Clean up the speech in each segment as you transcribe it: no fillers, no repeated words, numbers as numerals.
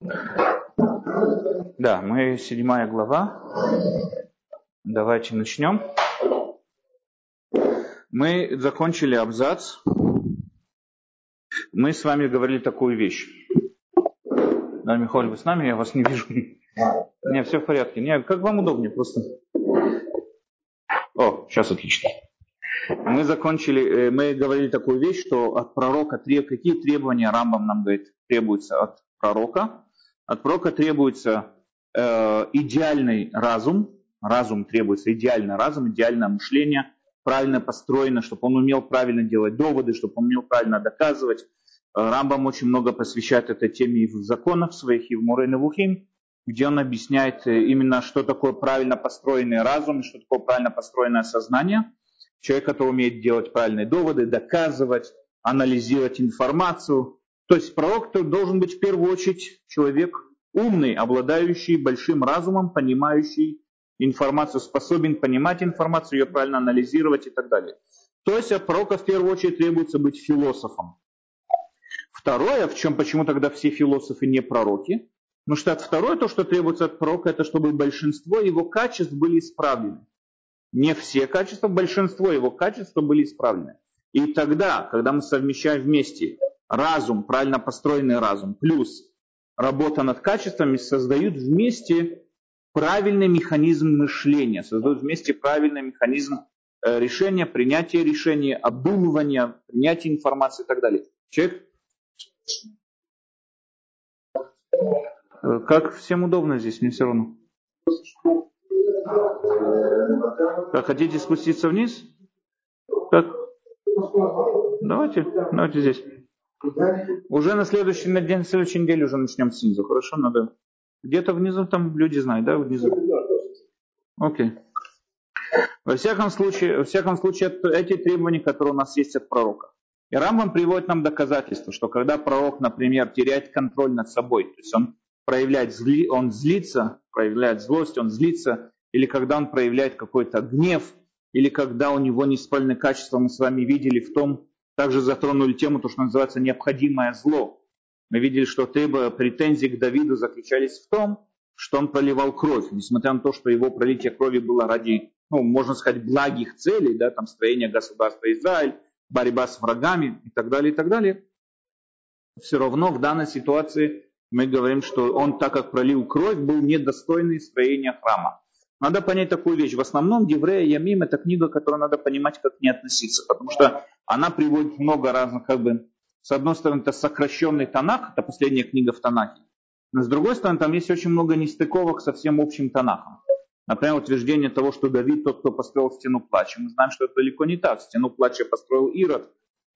Да, мы 7 глава. Давайте начнем. Мы закончили абзац. Мы с вами говорили такую вещь. Да, Михаил, вы с нами? Я вас не вижу. Не, все в порядке. Не, как вам удобнее просто. О, сейчас отлично. Мы закончили, мы говорили такую вещь, что от пророка, какие требования Рамбам нам говорит, требуются от пророка? От пророка требуется идеальный разум. Разум требуется идеальный разум, идеальное мышление, правильно построено, чтобы он умел правильно делать доводы, чтобы он умел правильно доказывать. Рамбам очень много посвящает этой теме и в законах своих, и в Море Невухим, где он объясняет именно, что такое правильно построенный разум, что такое правильно построенное сознание. Человек, который умеет делать правильные доводы, доказывать, анализировать информацию. То есть пророк должен быть в первую очередь человек умный, обладающий большим разумом, понимающий информацию, способен понимать информацию, ее правильно анализировать и так далее. То есть от пророка в первую очередь требуется быть философом. Второе, в чем почему тогда все философы не пророки, потому что второе, то, что требуется от пророка, это чтобы большинство его качеств были исправлены. Не все качества, большинство его качеств были исправлены. И тогда, когда мы совмещаем вместе разум, правильно построенный разум, плюс работа над качествами, создают вместе правильный механизм мышления, создают вместе правильный механизм решения, принятия решений, обдумывания, принятия информации и так далее. Человек, как всем удобно здесь, мне все равно. Так, хотите спуститься вниз? Так. Давайте здесь. Уже на следующей неделе уже начнем снизу. Хорошо, надо. Где-то внизу там люди знают, да, внизу? Окей. Во всяком случае, эти требования, которые у нас есть от пророка. И Рамбам приводит нам доказательство, что когда пророк, например, теряет контроль над собой, то есть он проявляет он злится, проявляет злость, он злится, или когда он проявляет какой-то гнев, или когда у него неисправленные качества, мы с вами видели в том, также затронули тему, то, что называется необходимое зло. Мы видели, что претензии к Давиду заключались в том, что он проливал кровь, несмотря на то, что его пролитие крови было ради, можно сказать, благих целей, да, там строение государства Израиль, борьба с врагами и так далее, и так далее. Все равно в данной ситуации мы говорим, что он, так как пролил кровь, был недостойный строения храма. Надо понять такую вещь. В основном Деврея Ямим — это книга, которую надо понимать, как к ней относиться. Потому что она приводит много разных, с одной стороны, это сокращенный Танах, это последняя книга в Танахе. Но с другой стороны, там есть очень много нестыковок со всем общим Танахом. Например, утверждение того, что Давид тот, кто построил стену плача. Мы знаем, что это далеко не так. Стену плача построил Ирод.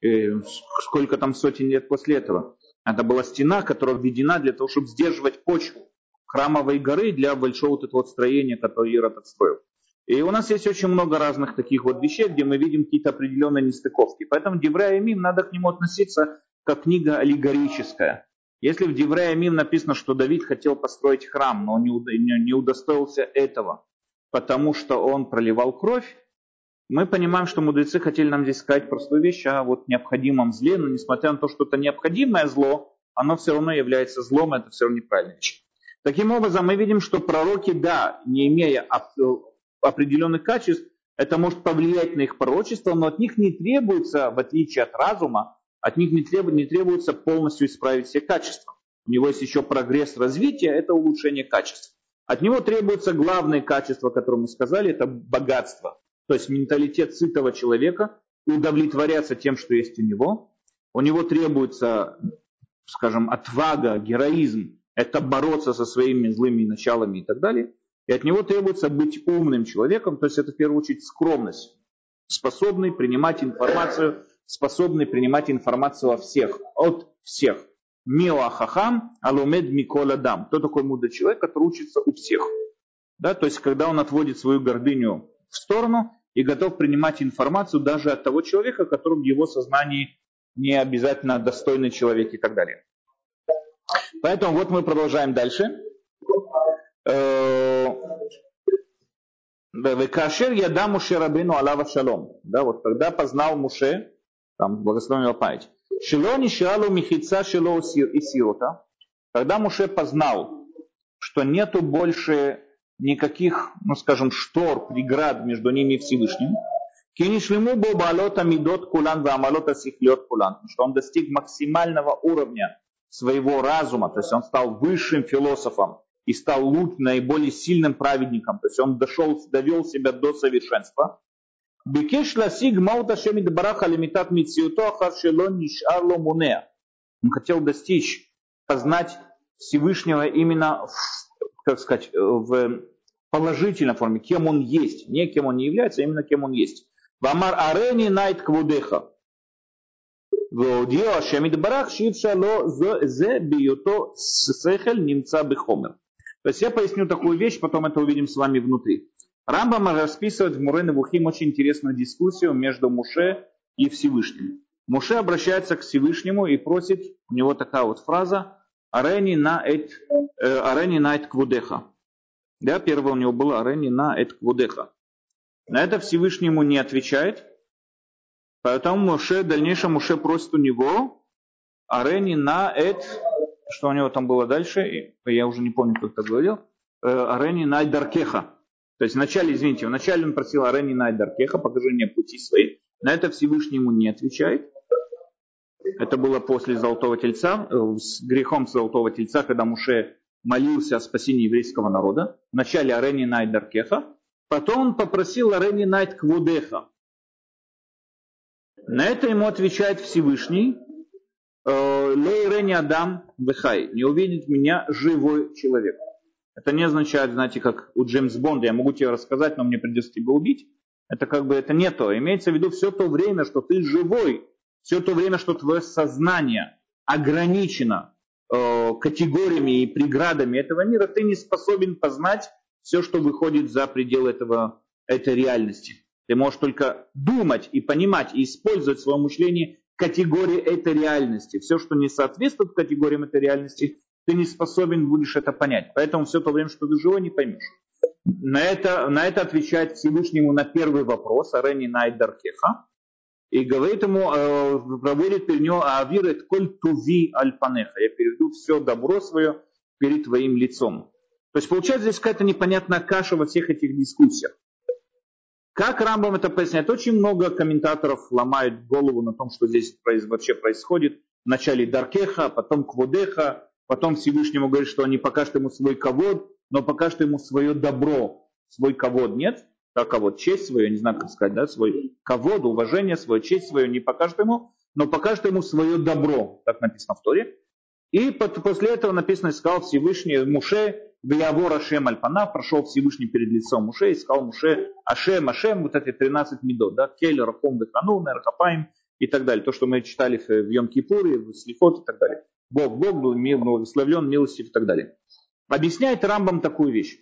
Сколько там сотен лет после этого. Это была стена, которая введена для того, чтобы сдерживать почву храмовой горы для большого строения, которое Ирод отстроил. И у нас есть очень много разных таких вещей, где мы видим какие-то определенные нестыковки. Поэтому Деврея Ямим надо к нему относиться как книга аллегорическая. Если в Деврея Ямим написано, что Давид хотел построить храм, но он не удостоился этого, потому что он проливал кровь, мы понимаем, что мудрецы хотели нам здесь сказать простую вещь о необходимом зле, но несмотря на то, что это необходимое зло, оно все равно является злом, это все равно неправильная вещь. Таким образом, мы видим, что пророки, да, не имея определенных качеств, это может повлиять на их пророчество, но от них не требуется, в отличие от разума, от них не требуется полностью исправить все качества. У него есть еще прогресс развития, это улучшение качеств. От него требуется главное качество, которое мы сказали, это богатство. То есть менталитет сытого человека, удовлетворяться тем, что есть у него. У него требуется, скажем, отвага, героизм, это бороться со своими злыми началами и так далее. И от него требуется быть умным человеком, то есть это в первую очередь скромность, способный принимать информацию от всех. Мио ахахам алумед микол адам. Кто такой мудрый человек, который учится у всех? Да, то есть когда он отводит свою гордыню в сторону и готов принимать информацию даже от того человека, который в его сознании не обязательно достойный человек и так далее. Поэтому вот мы продолжаем дальше. Векашер яда Муше Рабейну алава шалом. Да, вот когда познал Муше, там благословенная память, шело нишралу михица шело и сирота, Когда Моше познал, что нету больше никаких, ну скажем, штор, преград между ними и Всевышним, что он достиг максимального уровня своего разума, то есть он стал высшим философом и стал наиболее сильным праведником, то есть он довел себя до совершенства. Он хотел достичь, познать Всевышнего именно, как сказать, в положительной форме, кем он есть, не кем он не является, а именно кем он есть. Вамар арени найт квудеха. והודיעו השם יתברך שאי אפשר לו זה בהיותו שכל נמצא בחומר. То есть я поясню такую вещь, потом это увидим с вами внутри. Рамбам расписывает в Муре Невухим очень интересную дискуссию между Моше и Всевышним. Моше обращается к Всевышнему и просит, у него такая вот фраза «Арени на эт квудеха». Да, первое у него было «Арени на эт квудеха». На это Всевышний ему не отвечает. Поэтому Моше, в дальнейшем Моше просит у него арени на эт, что у него там было дальше, я уже не помню, как это говорил, арени на даркеха. То есть вначале он просил арени на даркеха, покажи мне пути свои. На это Всевышний ему не отвечает. Это было после Золотого Тельца, с грехом Золотого Тельца, когда Моше молился о спасении еврейского народа. Вначале арени на даркеха, потом он попросил арени на квудеха. На это ему отвечает Всевышний: «Лейрени адам вехай», не увидит меня живой человек. Это не означает, знаете, как у Джеймса Бонда, я могу тебе рассказать, но мне придется тебя убить. Это как бы это не то. Имеется в виду все то время, что ты живой, все то время, что твое сознание ограничено категориями и преградами этого мира, ты не способен познать все, что выходит за пределы этой реальности. Ты можешь только думать и понимать, и использовать в своем мышлении категории этой реальности. Все, что не соответствует категориям этой реальности, ты не способен будешь это понять. Поэтому все то время, что ты живой, не поймешь. На это отвечает Всевышнему на первый вопрос, Арени Найдаркеха, и говорит ему, проводит перед него Авирет коль туви альпанеха. Я переведу все добро свое перед твоим лицом. То есть получается здесь какая-то непонятная каша во всех этих дискуссиях. Как Рамбам это поясняет? Очень много комментаторов ломают голову на том, что здесь вообще происходит. Вначале Даркеха, потом Кводеха, потом Всевышнему говорит, что они покажут ему свой кавод, но покажут ему свое добро. Свой кавод нет, как кавод, честь свою, не знаю, как сказать, да, свой кавод, уважение, свою честь свою не покажут ему, но покажут ему свое добро, так написано в Торе. И после этого написано, сказал Всевышний Моше, Виявор Ашем Альпана, прошел Всевышний перед лицом Моше и сказал Моше, Ашем, вот эти 13 медот, да, Кель, Рахом, Беханун, Эрхапаим и так далее. То, что мы читали в Йом-Кипуре, в Слихот и так далее. Бог был благословлен, милостив и так далее. Объясняет Рамбам такую вещь.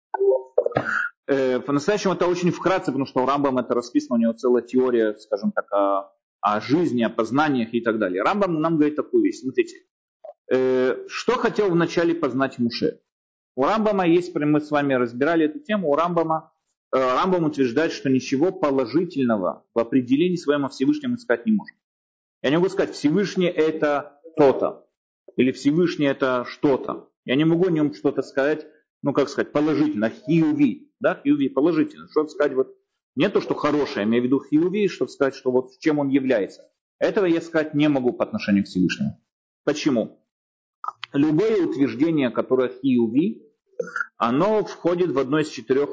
По-настоящему это очень вкратце, потому что у Рамбама это расписано, у него целая теория, скажем так, о жизни, о познаниях и так далее. Рамбам нам говорит такую вещь. Смотрите, что хотел вначале познать Моше? У Рамбама есть, мы с вами разбирали эту тему, Рамбам утверждает, что ничего положительного в определении своем о Всевышнем искать не может. Я не могу сказать, Всевышний это то-то, или Всевышний это что-то. Я не могу о нем что-то сказать, положительно, хиуви, да, хиуви, положительно. Что сказать, вот, не то, что хорошее, я имею в виду хиуви, чтобы сказать, что вот чем он является. Этого я сказать не могу по отношению к Всевышнему. Почему? Любое утверждение, которое хиуви, оно входит в одной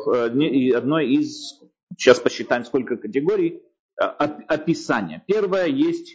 из, сейчас посчитаем, сколько категорий, описания. Первое есть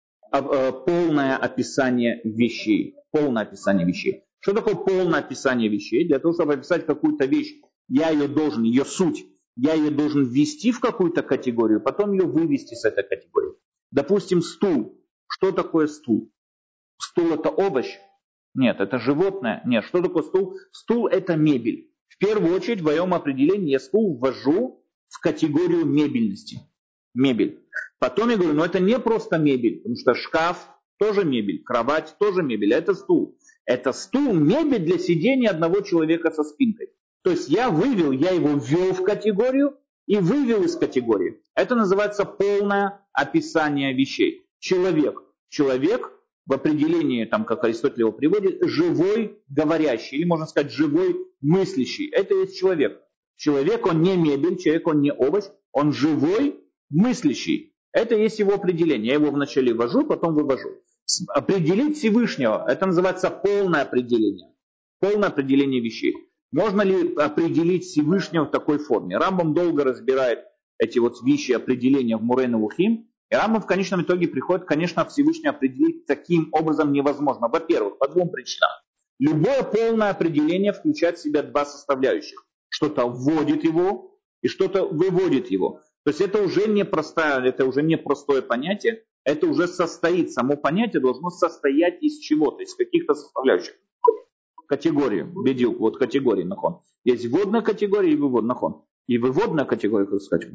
полное описание вещей. Полное описание вещей. Что такое полное описание вещей? Для того, чтобы описать какую-то вещь, ее суть, я ее должен ввести в какую-то категорию, потом ее вывести с этой категории. Допустим, стул. Что такое стул? Стул это овощ? Нет, это животное. Нет, что такое стул? Стул это мебель. В первую очередь в моем определении я стул ввожу в категорию мебельности. Мебель. Потом я говорю, это не просто мебель, потому что шкаф тоже мебель, кровать тоже мебель, а это стул. Это стул, мебель для сидения одного человека со спинкой. То есть я его ввел в категорию и вывел из категории. Это называется полное описание вещей. Человек в определении, там, как Аристотель его приводит, живой говорящий, или можно сказать живой мыслящий. Это есть человек. Человек, он не мебель, человек, он не овощ, он живой мыслящий. Это есть его определение. Я его вначале ввожу, потом вывожу. Определить Всевышнего, это называется полное определение. Полное определение вещей. Можно ли определить Всевышнего в такой форме? Рамбам долго разбирает эти вот вещи определения в Мурей Невухим. И Рамбам в конечном итоге приходит, конечно, Всевышнего определить таким образом невозможно. Во-первых, по двум причинам. Любое полное определение включает в себя два составляющих. Что-то вводит его и что-то выводит его. То есть это уже не простое понятие, это уже состоит. Само понятие должно состоять из чего-то, из каких-то составляющих. Категории, бедюк, вот категории нахон. Есть вводная категория и выводная нахон. И выводная категория, как сказать,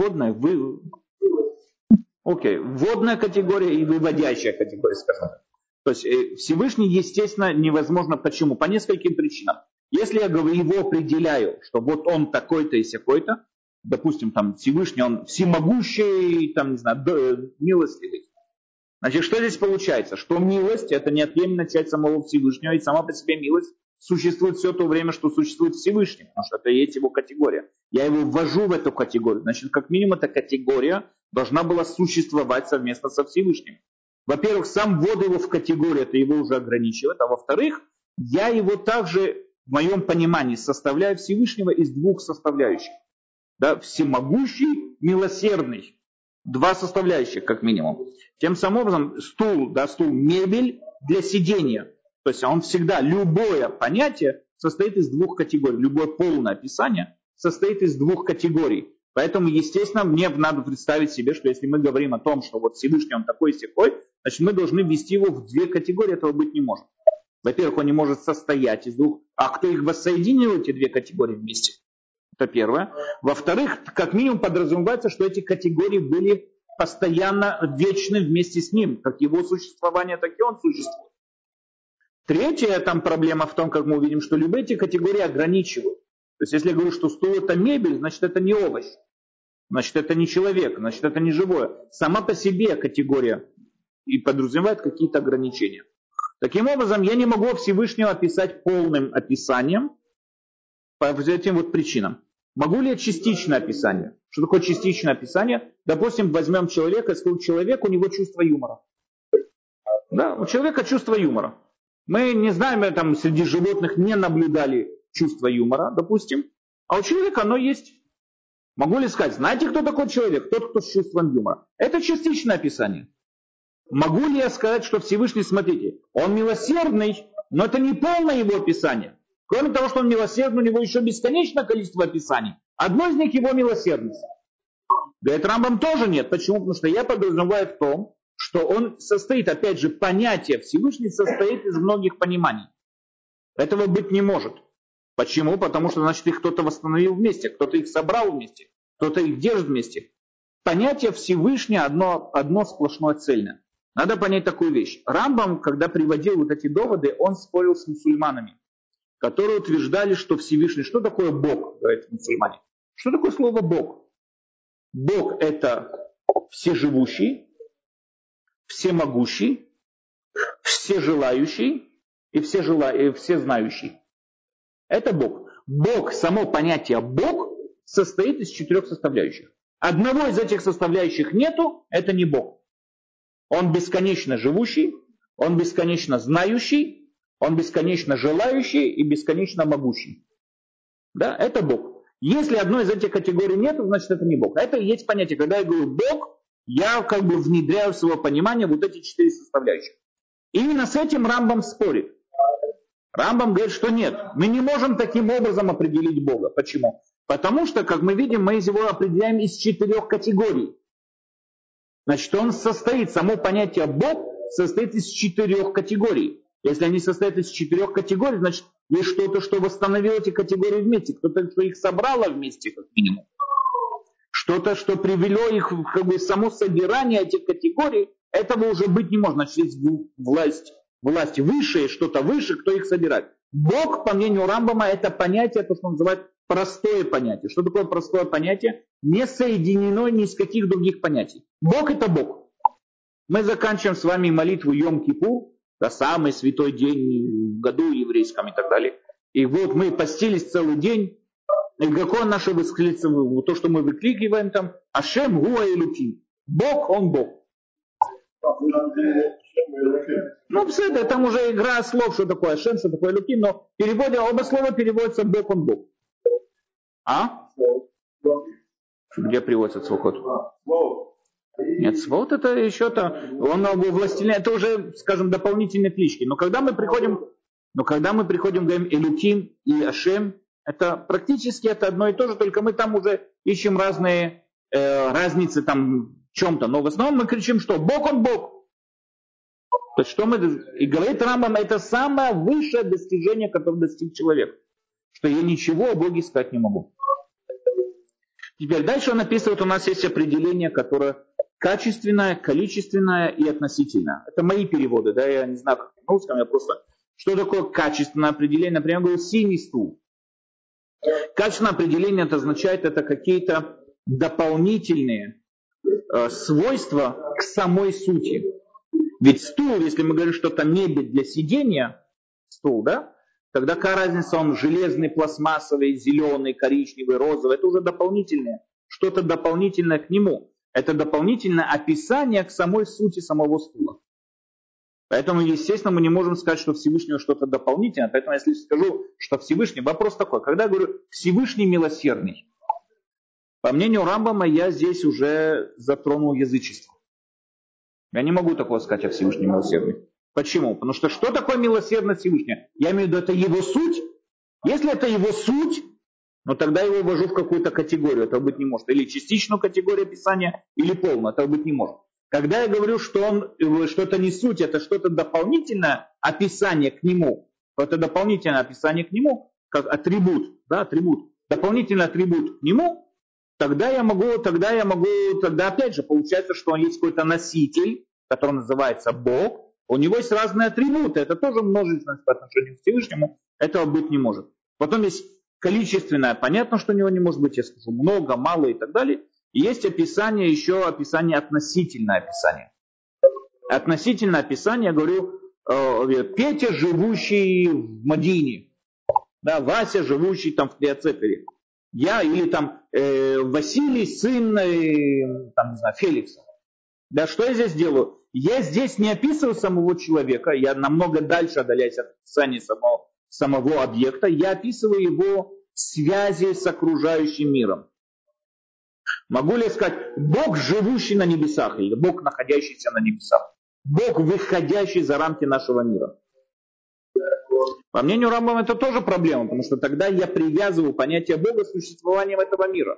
вводная категория и выводящая категория, скажем так. То есть Всевышний, естественно, невозможно. Почему? По нескольким причинам. Если я его определяю, что вот он такой-то и сякой-то, допустим, там Всевышний, он всемогущий, там, не знаю, милостивый. Значит, что здесь получается? Что милость – это неотъемлемая часть самого Всевышнего, и сама по себе милость существует все то время, что существует Всевышний, потому что это и есть его категория. Я его ввожу в эту категорию. Значит, как минимум, эта категория должна была существовать совместно со Всевышним. Во-первых, сам ввод его в категорию, это его уже ограничивает, а во-вторых, я его также, в моем понимании, составляю Всевышнего из двух составляющих. Да, всемогущий, милосердный. Два составляющих, как минимум. Тем самым образом, стул, мебель для сидения. То есть он всегда, любое понятие состоит из двух категорий. Любое полное описание состоит из двух категорий. Поэтому, естественно, мне надо представить себе, что если мы говорим о том, что вот Всевышний он такой-сякой, значит, мы должны ввести его в две категории, этого быть не может. Во-первых, он не может состоять из двух, а кто их воссоединил, эти две категории вместе? Это первое. Во-вторых, как минимум подразумевается, что эти категории были постоянно вечны вместе с ним. Как его существование, так и он существует. Третья там проблема в том, как мы увидим, что любые эти категории ограничивают. То есть если я говорю, что стул это мебель, значит это не овощ. Значит это не человек, значит это не живое. Сама по себе категория и подразумевает какие-то ограничения. Таким образом, я не могу Всевышнего описать полным описанием, по этим вот причинам. Могу ли я частичное описание? Что такое частичное описание? Допустим, возьмем человека и скажем, человек, у него чувство юмора. Да, у человека чувство юмора. Мы не знаем, мы там среди животных не наблюдали чувство юмора, допустим, а у человека оно есть. Могу ли сказать, знаете, кто такой человек? Тот, кто с чувством юмора. Это частичное описание. Могу ли я сказать, что Всевышний, смотрите, он милосердный, но это не полное его описание. Кроме того, что он милосердный, у него еще бесконечное количество описаний. Одно из них его милосердность. Говорит, Рамбам тоже нет. Почему? Потому что я подразумеваю в том, что он состоит, опять же, понятие Всевышний состоит из многих пониманий. Этого быть не может. Почему? Потому что, значит, их кто-то восстановил вместе, кто-то их собрал вместе, кто-то их держит вместе. Понятие Всевышний одно сплошное цельное. Надо понять такую вещь. Рамбам, когда приводил вот эти доводы, он спорил с мусульманами, которые утверждали, что Всевышний... Что такое Бог, говорят мусульмане? Что такое слово Бог? Бог это всеживущий, всемогущий, всежелающий и всезнающий. Это Бог. Бог, само понятие Бог состоит из 4 составляющих. Одного из этих составляющих нету, это не Бог. Он бесконечно живущий, он бесконечно знающий, он бесконечно желающий и бесконечно могущий. Да, это Бог. Если одной из этих категорий нет, значит это не Бог. Это и есть понятие. Когда я говорю Бог, я как бы внедряю в свое понимание вот эти 4 составляющих. Именно с этим Рамбам спорит. Рамбам говорит, что нет, мы не можем таким образом определить Бога. Почему? Потому что, как мы видим, мы его определяем из 4 категорий. Значит, он состоит, само понятие Бог состоит из 4 категорий. Если они состоят из 4 категорий, значит, есть что-то, что восстановило эти категории вместе, кто-то, что их собрало вместе, как минимум. Что-то, что привело их, как бы, само собирание этих категорий, этого уже быть не может. Значит, есть власть выше, что-то выше, кто их собирает. Бог, по мнению Рамбама, это понятие, то, что он называет простое понятие. Что такое простое понятие? Не соединено ни с каких других понятий. Бог это Бог. Мы заканчиваем с вами молитву Йом-Кипур, да, самый святой день в году еврейском и так далее. И вот мы постились целый день. И какое наше восклицание, то, что мы выкрикиваем там, Ашем Гуа Элуким. Бог, он Бог. Ну, это там уже игра слов, что такое Ашем, что такое Элуким, но в переводе, оба слова переводятся Бог, он Бог. А? Где приводится Цвохот? Нет, Цвохот это еще то, он властелин, это уже, скажем, дополнительные клички. Но когда мы приходим, говорим Элуким и Ашем, это практически это одно и то же, только мы там уже ищем разные разницы там в чем-то. Но в основном мы кричим, что Бог он Бог. То есть что мы, и говорит Рамбам, это самое высшее достижение, которое достиг человек. Что я ничего о Боге сказать не могу. Теперь дальше он описывает, у нас есть определение, которое качественное, количественное и относительное. Это мои переводы, да, я не знаю, как на русском, я просто... Что такое качественное определение? Например, я говорю, синий стул. Качественное определение это означает, это какие-то дополнительные свойства к самой сути. Ведь стул, если мы говорим, что это мебель для сидения, стул, да, тогда какая разница, он железный, пластмассовый, зеленый, коричневый, розовый, это уже дополнительное, что-то дополнительное к нему. Это дополнительное описание к самой сути самого стула. Поэтому, естественно, мы не можем сказать, что Всевышнего что-то дополнительное. Поэтому, если скажу, что Всевышний, вопрос такой, когда я говорю Всевышний милосердный, по мнению Рамбама, я здесь уже затронул язычество. Я не могу такого сказать о Всевышнем милосердный. Почему? Потому что что такое милосердность Всевышнего? Я имею в виду, это его суть. Если это его суть, но тогда я его ввожу в какую-то категорию. Этого быть не может. Или частичную категорию описания, или полную. Этого быть не может. Когда я говорю, что это не суть, это что-то дополнительное описание к нему, то это дополнительное описание к нему, как атрибут, да, атрибут, дополнительный атрибут к нему, тогда опять же получается, что он есть какой-то носитель, который называется Бог, у него есть разные атрибуты, это тоже множественность по отношению к Всевышнему, этого быть не может. Потом есть количественное, понятно, что у него не может быть, я скажу, много, мало и так далее. И есть описание, еще описание, относительное описание. Относительное описание, я говорю, Петя, живущий в Мадине, да, Вася, живущий там в Клеоцепере, я или там Василий, сын там, не знаю, Феликса. Да, что я здесь делаю? Я здесь не описываю самого человека, я намного дальше отдаляюсь от описания самого объекта, я описываю его связи с окружающим миром. Могу ли я сказать, Бог, живущий на небесах, или Бог, находящийся на небесах? Бог, выходящий за рамки нашего мира. По мнению Рамбама, это тоже проблема, потому что тогда я привязываю понятие Бога с существованием этого мира.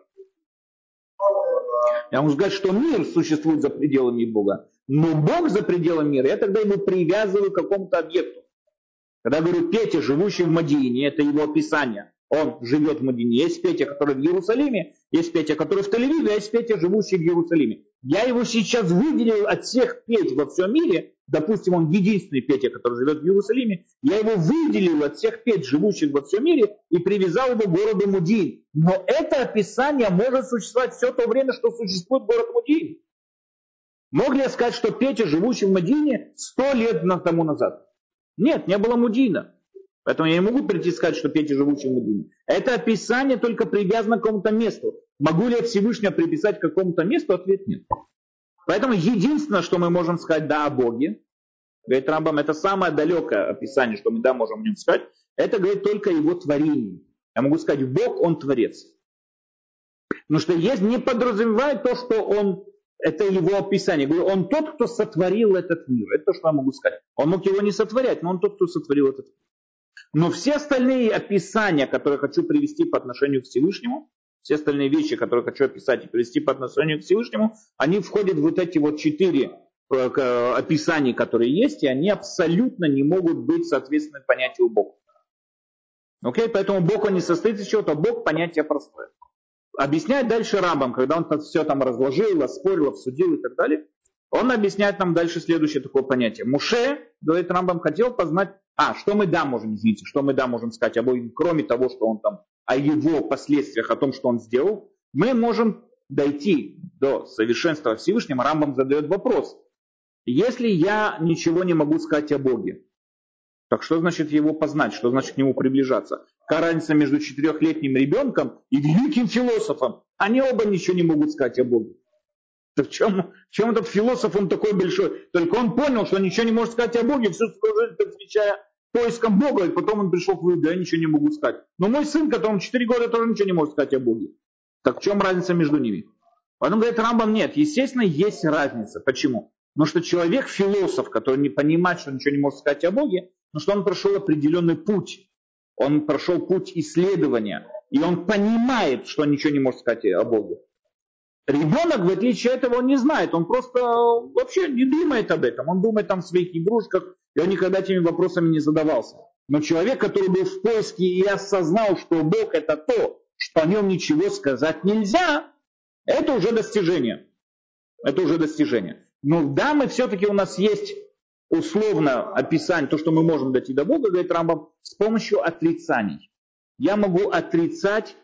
Я могу сказать, что мир существует за пределами Бога, но Бог за пределами мира, я тогда его привязываю к какому-то объекту. Когда я говорю Петя, живущий в Мадине, это его описание. Он живет в Мадине. Есть Петя, который в Иерусалиме, есть Петя, который в Тель-Авиве, а есть Петя, живущий в Иерусалиме. Я его сейчас выделил от всех Петь во всем мире. Допустим, он единственный Петя, который живет в Иерусалиме. Я его выделил от всех Петь, живущих во всем мире, и привязал его к городу Мудин. Но это описание может существовать все то время, что существует город Мудин. Мог ли я сказать, что Петя, живущий в Мадине, 100 лет тому назад? Нет, не было Мудина. Поэтому я не могу прийти и сказать, что Петя, живущий в Мадине. Это описание только привязано к какому-то месту. Могу ли я Всевышнего приписать к какому-то месту? Ответ нет. Поэтому единственное, что мы можем сказать да о Боге, говорит Рамбам, это самое далекое описание, что мы да можем о нем сказать, это говорит только о его творении. Я могу сказать, Бог, он творец. Потому что есть, не подразумевает то, что он, это его описание. Говорю, он тот, кто сотворил этот мир. Это то, что я могу сказать. Он мог его не сотворять, но он тот, кто сотворил этот мир. Но все остальные описания, которые я хочу привести по отношению к Всевышнему, все остальные вещи, которые я хочу описать и привести по отношению к Всевышнему, они входят в вот эти вот 4 описания, которые есть, и они абсолютно не могут быть соответственны понятию Бога. Окей? Поэтому Бог, он не состоит из чего-то, Бог понятие простое. Объясняет дальше Рамбам, когда он все там разложил, оспорил, обсудил и так далее, он объясняет нам дальше следующее такое понятие. Муше, говорит Рамбам, хотел познать, что мы да можем, извините, что мы да можем сказать об Боге, кроме того, что он там, о его последствиях, о том, что он сделал, мы можем дойти до совершенства Всевышнего. Рамбам задает вопрос. Если я ничего не могу сказать о Боге, так что значит его познать, что значит к нему приближаться? Какая разница между 4-летним ребенком и великим философом? Они оба ничего не могут сказать о Боге. Так в чем этот философ, он такой большой? Только он понял, что ничего не может сказать о Боге, всю свою жизнь посвящая поискам Бога, и потом он пришел к выводу, я ничего не могу сказать. Но мой сын, которому 4 года, тоже ничего не может сказать о Боге. Так в чем разница между ними? Поэтому говорит Рамбам, нет, естественно, есть разница. Почему? Потому что человек, философ, который не понимает, что ничего не может сказать о Боге, но что он прошел определенный путь. Он прошел путь исследования, и он понимает, что ничего не может сказать о Боге. Ребенок, в отличие от этого, он не знает, он просто вообще не думает об этом. Он думает там в своих игрушках, и он никогда этими вопросами не задавался. Но человек, который был в поиске и осознал, что Бог это то, что о нем ничего сказать нельзя, это уже достижение. Это уже достижение. Но да, мы все-таки у нас есть условно описание, то, что мы можем дойти до Бога, говорит Рамбам, с помощью отрицаний. Я могу отрицать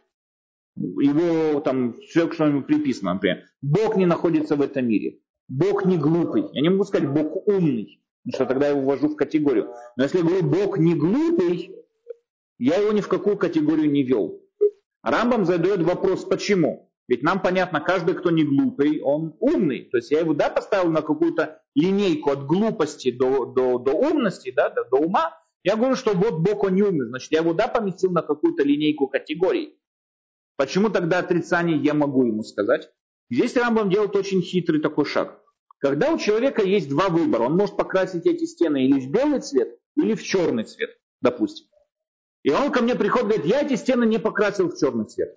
его, там, все, что ему приписано, например. Бог не находится в этом мире. Бог не глупый. Я не могу сказать, Бог умный, потому что тогда я его ввожу в категорию. Но если я говорю, Бог не глупый, я его ни в какую категорию не вел. Рамбам задает вопрос, почему? Ведь нам понятно, каждый, кто не глупый, он умный. То есть я его, да, поставил на какую-то линейку от глупости до умности, да, до ума. Я говорю, что вот Бог, он не умный. Значит, я его, да, поместил на какую-то линейку категорий. Почему тогда отрицание я могу ему сказать? Здесь Рамбам делает очень хитрый такой шаг. Когда у человека есть два выбора, он может покрасить эти стены или в белый цвет, или в черный цвет, допустим. И он ко мне приходит и говорит, я эти стены не покрасил в черный цвет.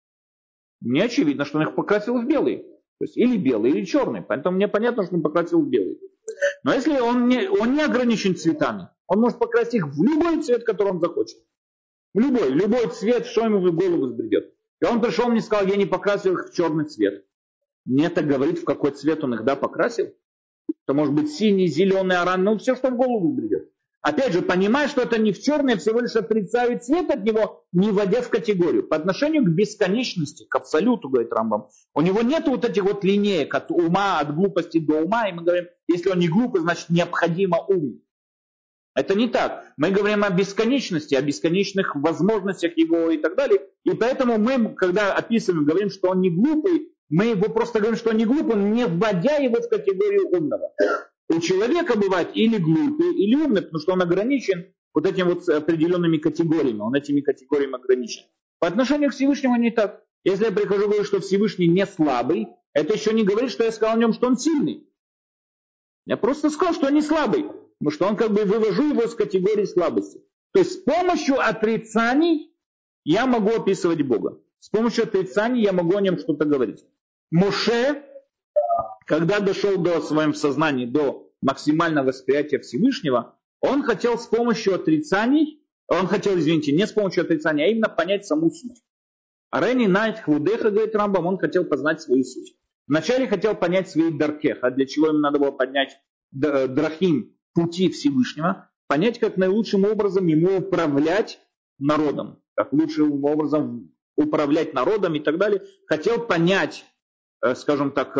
Мне очевидно, что он их покрасил в белый. То есть или белый, или черный. Поэтому мне понятно, что он покрасил в белый. Но если он не ограничен цветами, он может покрасить их в любой цвет, который он захочет. В любой цвет, что ему в голову взбредет. И он пришел мне и сказал, я не покрасил их в черный цвет. Мне это говорит, в какой цвет он их, да, покрасил. Это может быть синий, зеленый, оранжевый, ну все, что в голову взбредет. Опять же, понимая, что это не в черный, а всего лишь отрицаю цвет от него, не вводя в категорию. По отношению к бесконечности, к абсолюту, говорит Рамбам, у него нет вот этих вот линеек от ума, от глупости до ума, и мы говорим, если он не глупый, значит необходимо ум. Это не так. Мы говорим о бесконечности, о бесконечных возможностях его и так далее. И поэтому мы, когда описываем, говорим, что он не глупый, мы его просто говорим, что он не глупый, не вводя его в категорию умного. У человека бывает или глупый, или умный, потому что он ограничен вот этими вот определенными категориями. Он этими категориями ограничен. По отношению к Всевышнему не так. Если я прихожу и говорю, что Всевышний не слабый, это еще не говорит, что я сказал о нем, что он сильный. Я просто сказал, что он не слабый. Потому что он как бы вывожу его с категории слабости. То есть с помощью отрицаний я могу описывать Бога. С помощью отрицаний я могу о нем что-то говорить. Моше, когда дошел до своем сознании, до максимального восприятия Всевышнего, он хотел с помощью отрицаний, не с помощью отрицаний, а именно понять саму суть. Арени найт хвудеха, говорит Рамбам, он хотел познать свою суть. Вначале хотел понять свои даркех, а для чего ему надо было поднять драхим, пути Всевышнего, понять, как наилучшим образом ему управлять народом, как лучшим образом управлять народом и так далее. Хотел понять, скажем так,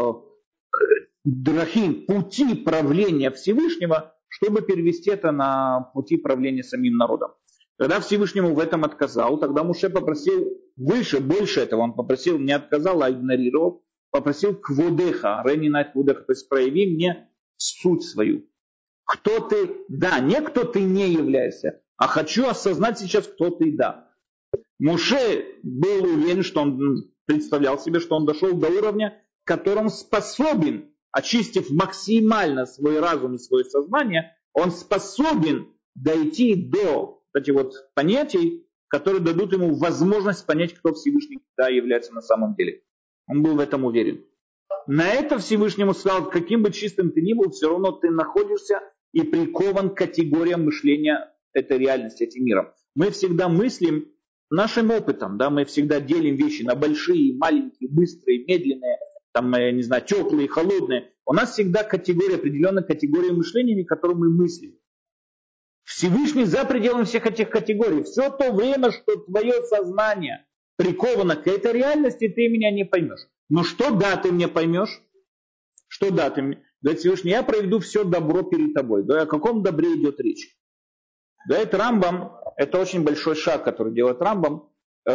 драхим, пути правления Всевышнего, чтобы перевести это на пути правления самим народом. Когда Всевышнему в этом отказал, тогда Моше попросил больше этого, он попросил, не отказал, а игнорировал, попросил кводеха, ренинать кводеха, то есть прояви мне суть свою. Кто ты, да, не кто ты не являешься, а хочу осознать сейчас, кто ты, да. Моше был уверен, что он представлял себе, что он дошел до уровня, к которому способен, очистив максимально свой разум и свое сознание, он способен дойти до этих вот понятий, которые дадут ему возможность понять, кто Всевышний да, является на самом деле. Он был в этом уверен. На это Всевышнему сказал, каким бы чистым ты ни был, все равно ты находишься и прикован к категориям мышления этой реальности, этим миром. Мы всегда мыслим нашим опытом, да, мы всегда делим вещи на большие, маленькие, быстрые, медленные, там, я не знаю, теплые, холодные. У нас всегда категория, определенная категория мышления, которую мы мыслим. Всевышний за пределами всех этих категорий. Все то время, что твое сознание приковано к этой реальности, ты меня не поймешь. Но что да, ты мне поймешь? Что да, ты мне... Говорит Всевышний, я проведу все добро перед тобой. Да, о каком добре идет речь? Говорит Рамбам, это очень большой шаг, который делает Рамбам.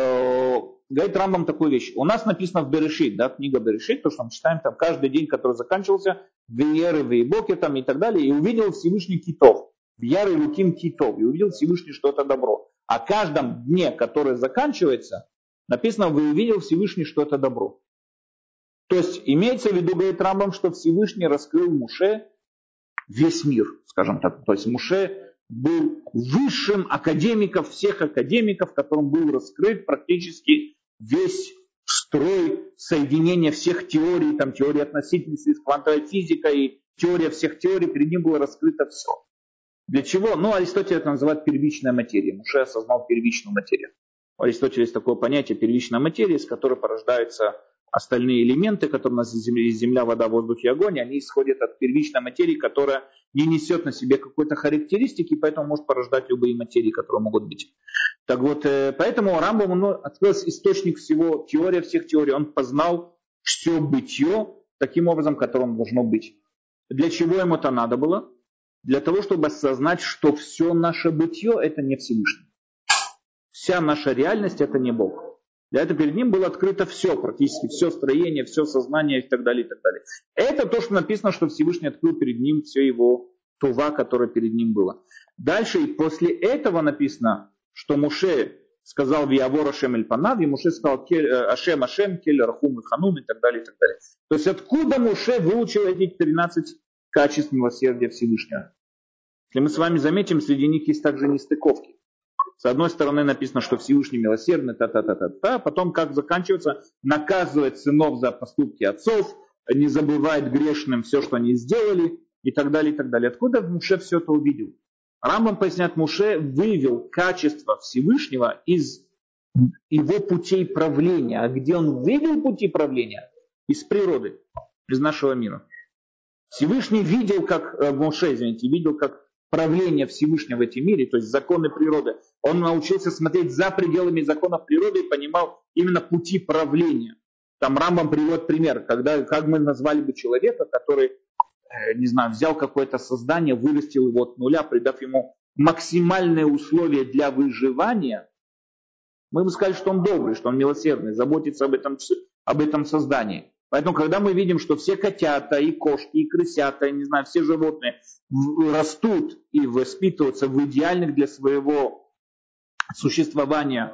Говорит Рамбам такую вещь. У нас написано в Берешит, да, книга Берешит, то, что мы читаем там каждый день, который заканчивался, Вееры, Вейбоке там и так далее, и увидел Всевышний китов. Вьяры Луким китов. И увидел Всевышний, что это добро. О каждом дне, который заканчивается, написано, вы увидел Всевышний, что это добро. То есть имеется в виду, говорит Рамбам, что Всевышний раскрыл Муше весь мир, скажем так. То есть Муше был высшим академиком всех академиков, которым был раскрыт практически весь строй соединения всех теорий, там теория относительности, квантовая физика и теория всех теорий, перед ним было раскрыто все. Для чего? Ну, Аристотель это называет первичная материя. Муше осознал первичную материю. У Аристотеля есть такое понятие первичная материя, из которой порождаются остальные элементы, которые у нас есть земля, вода, воздух и огонь, они исходят от первичной материи, которая не несет на себе какой-то характеристики, поэтому может порождать любые материи, которые могут быть. Так вот, поэтому Рамбам открыл источник всего, теория всех теорий, он познал все бытие таким образом, которым должно быть. Для чего ему это надо было? Для того, чтобы осознать, что все наше бытие это не Всевышний. Вся наша реальность это не Бог. Для этого перед ним было открыто все, практически все строение, все сознание и так далее, и так далее. Это то, что написано, что Всевышний открыл перед ним все его тува, которое перед ним было. Дальше, и после этого написано, что Муше сказал «Виавор Ашем эль-Панав», и Муше сказал «Ашем, Ашем, Кель, Рахум и Ханун» и так далее, и так далее. То есть откуда Муше выучил эти 13 качеств милосердия Всевышнего? Если мы с вами заметим, среди них есть также нестыковки. С одной стороны написано, что Всевышний милосердный, та-та-та-та-та. Потом, как заканчивается, наказывает сынов за поступки отцов, не забывает грешным все, что они сделали, и так далее, и так далее. Откуда Муше все это увидел? Рамбам поясняет, Муше вывел качество Всевышнего из его путей правления. А где он вывел пути правления? Из природы, из нашего мира. Всевышний видел, как Муше, видел, как правление Всевышнего в этом мире, то есть законы природы. Он научился смотреть за пределами законов природы и понимал именно пути правления. Там Рамбам приводит пример, когда, как мы назвали бы человека, который, не знаю, взял какое-то создание, вырастил его от нуля, придав ему максимальные условия для выживания, мы бы сказали, что он добрый, что он милосердный, заботится об этом создании. Поэтому, когда мы видим, что все котята, и кошки, и крысята, и, не знаю, все животные растут и воспитываются в идеальных для своего существования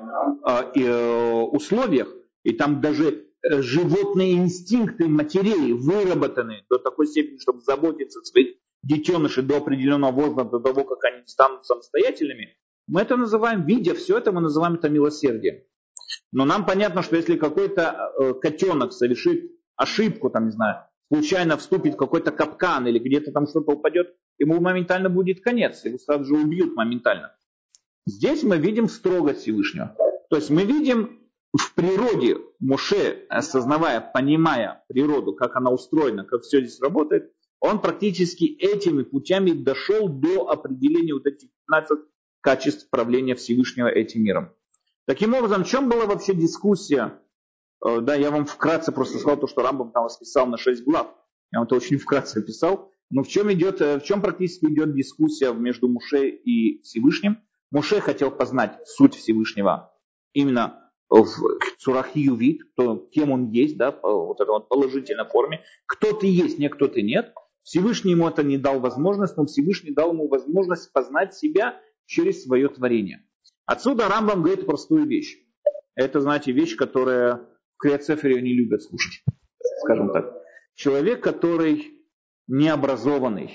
условиях, и там даже животные инстинкты матерей выработаны до такой степени, чтобы заботиться о своих детенышей до определенного возраста, до того, как они станут самостоятельными, мы это называем, видя все это, мы называем это милосердием. Но нам понятно, что если какой-то котенок совершит ошибку, там, не знаю, случайно вступит в какой-то капкан или где-то там что-то упадет, ему моментально будет конец, его сразу же убьют моментально. Здесь мы видим строгость Всевышнего. То есть мы видим в природе Моше, осознавая, понимая природу, как она устроена, как все здесь работает, он практически этими путями дошел до определения вот этих 15 качеств правления Всевышнего этим миром. Таким образом, в чем была вообще дискуссия? Да, я вам вкратце просто сказал то, что Рамбам там расписал на 6 глав. Я вам это очень вкратце описал. Но в чем практически идет дискуссия между Моше и Всевышним? Моше хотел познать суть Всевышнего именно в цурах ювит, кем он есть, да, вот этой вот положительной форме. Кто ты есть, не кто ты нет. Всевышний ему это не дал возможность, но Всевышний дал ему возможность познать себя через свое творение. Отсюда Рамбам говорит простую вещь. Это, знаете, вещь, которая в Криат-Сефере не любят слушать, скажем так. Человек, который необразованный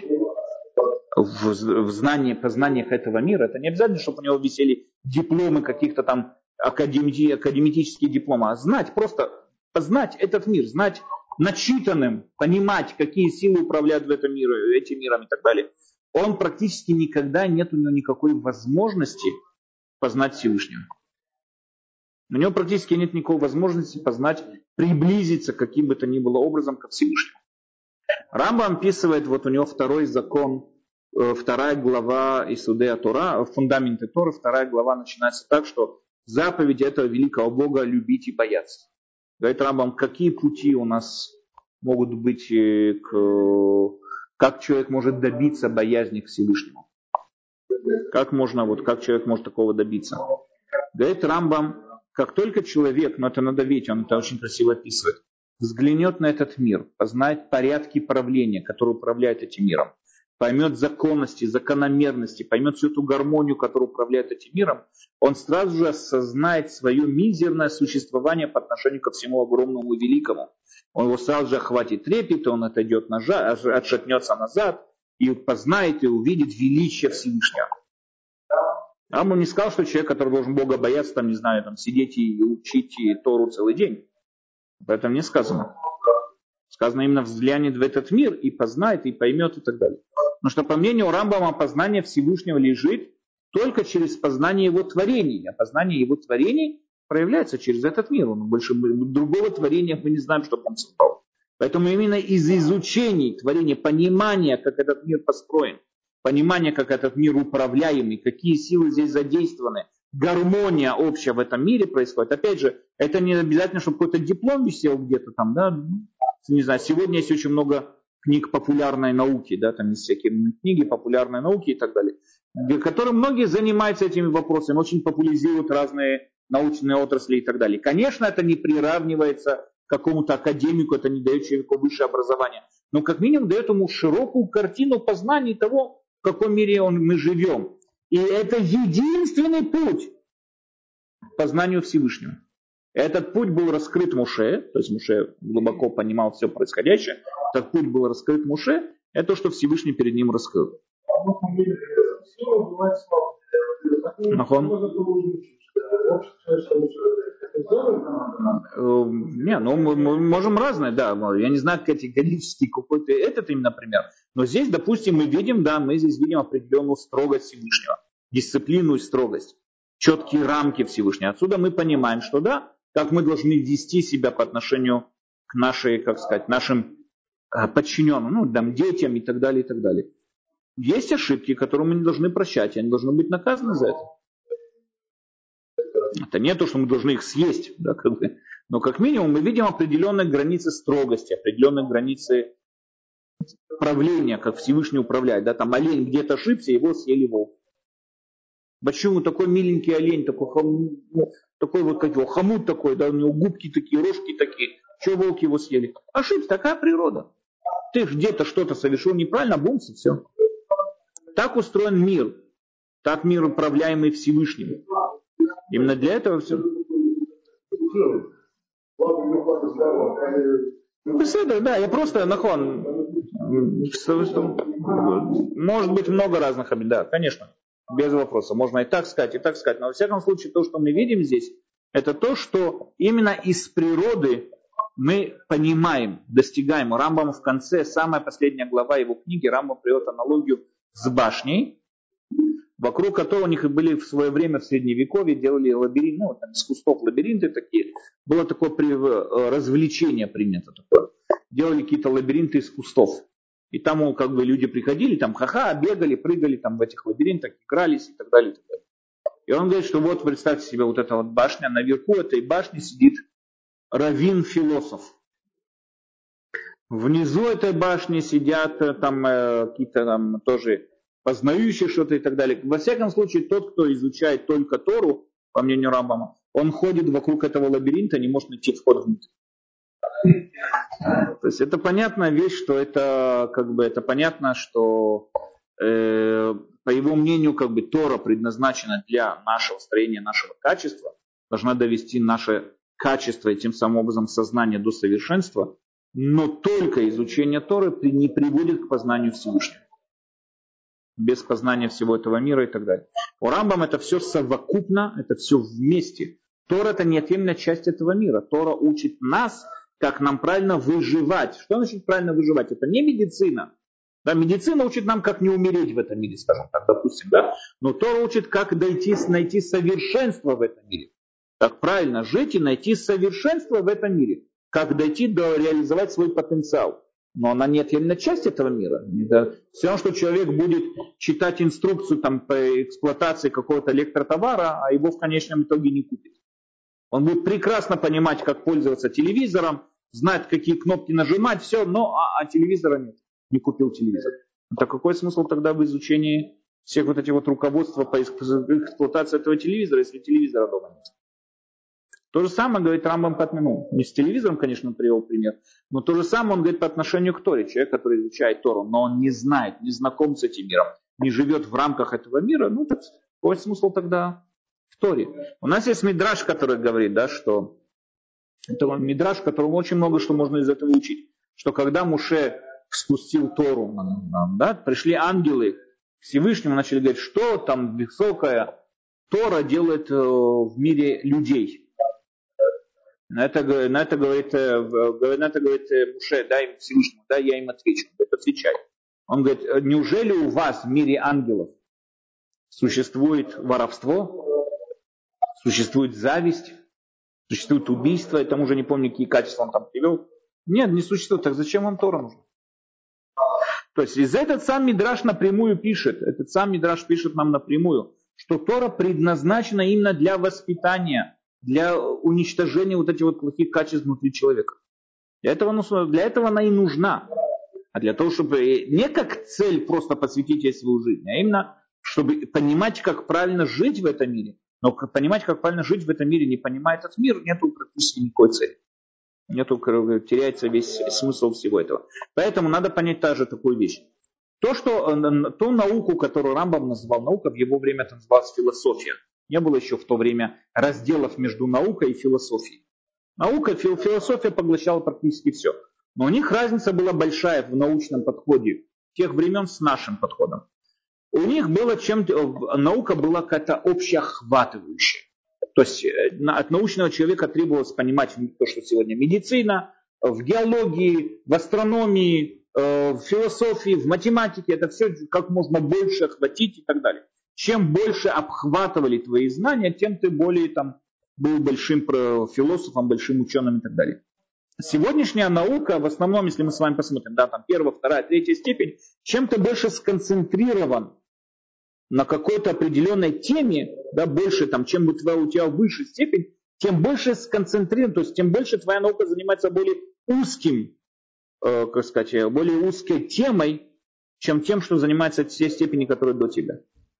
в познаниях этого мира, это не обязательно, чтобы у него висели дипломы каких-то там академические дипломы, а знать, просто познать этот мир, знать начитанным, понимать, какие силы управляют в этом мире, этим миром и так далее. Он практически никогда нет у него никакой возможности познать Всевышнего. У него практически нет никакой возможности познать, приблизиться каким бы то ни было образом ко Всевышнему. Рамбам описывает, вот у него второй закон, 2 глава Исудея Тора, фундаменты Торы, 2 глава начинается так, что заповеди этого великого Бога любить и бояться. Говорит Рамбам, какие пути у нас могут быть к Как человек может добиться боязни к Всевышнему? Как человек может такого добиться? Говорит Рамбам, как только человек, это надо видеть, он это очень красиво описывает, взглянет на этот мир, познает порядки правления, которые управляют этим миром, поймет законности, закономерности, поймет всю эту гармонию, которая управляет этим миром, он сразу же осознает свое мизерное существование по отношению ко всему огромному и великому. Он его сразу же охватит трепет, он отойдет назад, отшатнется назад и познает и увидит величие Всевышнего. Рамбам не сказал, что человек, который должен Бога бояться, сидеть и учить Тору целый день. Об этом не сказано. Сказано именно взглянет в этот мир и познает, и поймет, и так далее. Потому что, по мнению Рамбама, познание Всевышнего лежит только через познание его творений. А познание его творений проявляется через этот мир. Больше другого творения мы не знаем, что он создал. Поэтому именно из изучений творения, понимания, как этот мир построен, понимание, как этот мир управляемый, какие силы здесь задействованы, гармония общая в этом мире происходит. Опять же, это не обязательно, чтобы какой-то диплом висел где-то там, да. Не знаю, сегодня есть очень много книг популярной науки, да, там есть всякие книги популярной науки и так далее, которые многие занимаются этими вопросами, очень популяризируют разные научные отрасли и так далее. Конечно, это не приравнивается к какому-то академику, это не дает человеку высшее образование, но как минимум дает ему широкую картину познания того, в каком мире мы живем. И это единственный путь к познанию Всевышнего. Этот путь был раскрыт Моше, то есть Моше глубоко понимал все происходящее. Этот путь был раскрыт Моше, это то, что Всевышний перед ним раскрыл. Мы можем разное, да. Я не знаю, категорически какой-то этот именно пример. Но здесь, допустим, мы видим определенную строгость Всевышнего, дисциплину и строгость, четкие рамки Всевышнего. Отсюда мы понимаем, что да, как мы должны вести себя по отношению к нашим подчиненным, детям и так далее, и так далее. Есть ошибки, которые мы не должны прощать, и они должны быть наказаны за это. Это не то, что мы должны их съесть, да, но как минимум мы видим определенные границы строгости, определенные границы правления, как Всевышний управляет. Да, там олень где-то ошибся, его съели волк. Почему такой миленький олень, такой вот как его, хомут такой, да, у него губки такие, рожки такие. Чего волки его съели? Ошибся, такая природа. Ты где-то что-то совершил неправильно, бумс, и все. Так устроен мир. Так мир, управляемый Всевышним. Именно для этого все. Да, я просто может быть много разных обид, да, конечно. Без вопроса. Можно и так сказать, и так сказать. Но во всяком случае, то, что мы видим здесь, это то, что именно из природы мы понимаем, достигаем. Рамбам в конце, самая последняя глава его книги, Рамбам приводит аналогию с башней, вокруг которой у них были в свое время в Средневековье, делали лабиринт, из кустов лабиринты такие. Было такое развлечение принято такое. Делали какие-то лабиринты из кустов. И там люди приходили, бегали, прыгали в этих лабиринтах, игрались и так далее, и так далее. И он говорит, что представьте себе эта башня, наверху этой башни сидит раввин-философ. Внизу этой башни сидят какие-то тоже познающие что-то и так далее. Во всяком случае, тот, кто изучает только Тору, по мнению Рамбама, он ходит вокруг этого лабиринта, не может найти вход вниз. То есть это понятная вещь, что это понятно, что по его мнению Тора предназначена для нашего строения, нашего качества, должна довести наше качество и тем самым образом сознание до совершенства, но только изучение Торы не приводит к познанию Всевышнего. Без познания всего этого мира и так далее. У Рамбам это все совокупно, это все вместе. Тора это неотъемлемая часть этого мира. Тора учит нас, как нам правильно выживать. Что значит правильно выживать? Это не медицина. Да, медицина учит нам, как не умереть в этом мире, скажем так, допустим. Да? Но Тора учит, как найти совершенство в этом мире. Как правильно жить и найти совершенство в этом мире. Как реализовать свой потенциал. Но она неотъемлемая часть этого мира. Все равно, что человек будет читать инструкцию по эксплуатации какого-то электротовара, а его в конечном итоге не купит. Он будет прекрасно понимать, как пользоваться телевизором, знать, какие кнопки нажимать, все, но телевизора нет. не купил телевизор. Так какой смысл тогда в изучении всех вот этих вот руководства по эксплуатации этого телевизора, если телевизора дома нет? То же самое говорит Рамбам, не с телевизором, конечно, привел пример, но то же самое он говорит по отношению к Торе. Человек, который изучает Тору, но он не знает, не знаком с этим миром, не живет в рамках этого мира, так какой смысл тогда в Торе? У нас есть мидраш, который говорит, да, что это мидраш, в котором очень много что можно из этого учить. Что когда Муше спустил Тору нам, да, пришли ангелы к Всевышнему, начали говорить, что там высокая Тора делает в мире людей. На это говорит Муше, да, им Всевышнему, да, я им отвечу. Он говорит, отвечай. Он говорит, неужели у вас в мире ангелов существует воровство, существует зависть, существует убийство, и там уже не помню, какие качества он там привел. Нет, не существует. Так зачем вам Тора нужна? То есть этот сам Мидраш напрямую пишет, нам напрямую, что Тора предназначена именно для воспитания, для уничтожения вот этих вот плохих качеств внутри человека. Для этого она и нужна. А для того, чтобы не как цель просто посвятить ей свою жизнь, а именно, чтобы понимать, как правильно жить в этом мире. Но понимать, как правильно жить в этом мире, не понимая этот мир, нету практически никакой цели. Теряется весь смысл всего этого. Поэтому надо понять также такую вещь. Ту науку, которую Рамбам называл наука, в его время это называлась философия. Не было еще в то время разделов между наукой и философией. Наука и философия поглощала практически все. Но у них разница была большая в научном подходе тех времен с нашим подходом. У них наука была какая-то общеохватывающая. То есть от научного человека требовалось понимать то, что сегодня медицина, в геологии, в астрономии, в философии, в математике. Это все как можно больше охватить и так далее. Чем больше обхватывали твои знания, тем ты более был большим философом, большим ученым и так далее. Сегодняшняя наука, в основном, если мы с вами посмотрим, да, там 1, 2, 3 степень, чем ты больше сконцентрирован на какой-то определенной теме, да, больше, чем у тебя выше степень, тем больше сконцентрирован, то есть тем больше твоя наука занимается более узким, более узкой темой, чем тем, что занимаются все степени, которые до тебя.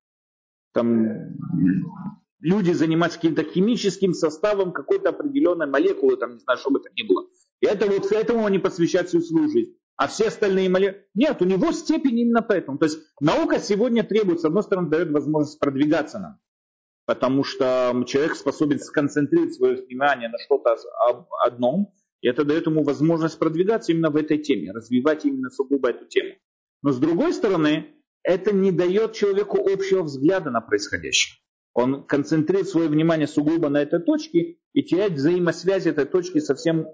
Там люди занимаются каким-то химическим составом какой-то определенной молекулы, не знаю, что бы это ни было. И этому они посвящают всю свою жизнь. А все остальные молекулы... Нет, у него степень именно поэтому. То есть наука сегодня требует, с одной стороны, дает возможность продвигаться нам. Потому что человек способен сконцентрировать свое внимание на что-то одном. И это дает ему возможность продвигаться именно в этой теме. Развивать именно сугубо эту тему. Но с другой стороны, это не дает человеку общего взгляда на происходящее. Он концентрирует свое внимание сугубо на этой точке и теряет взаимосвязь этой точки со всем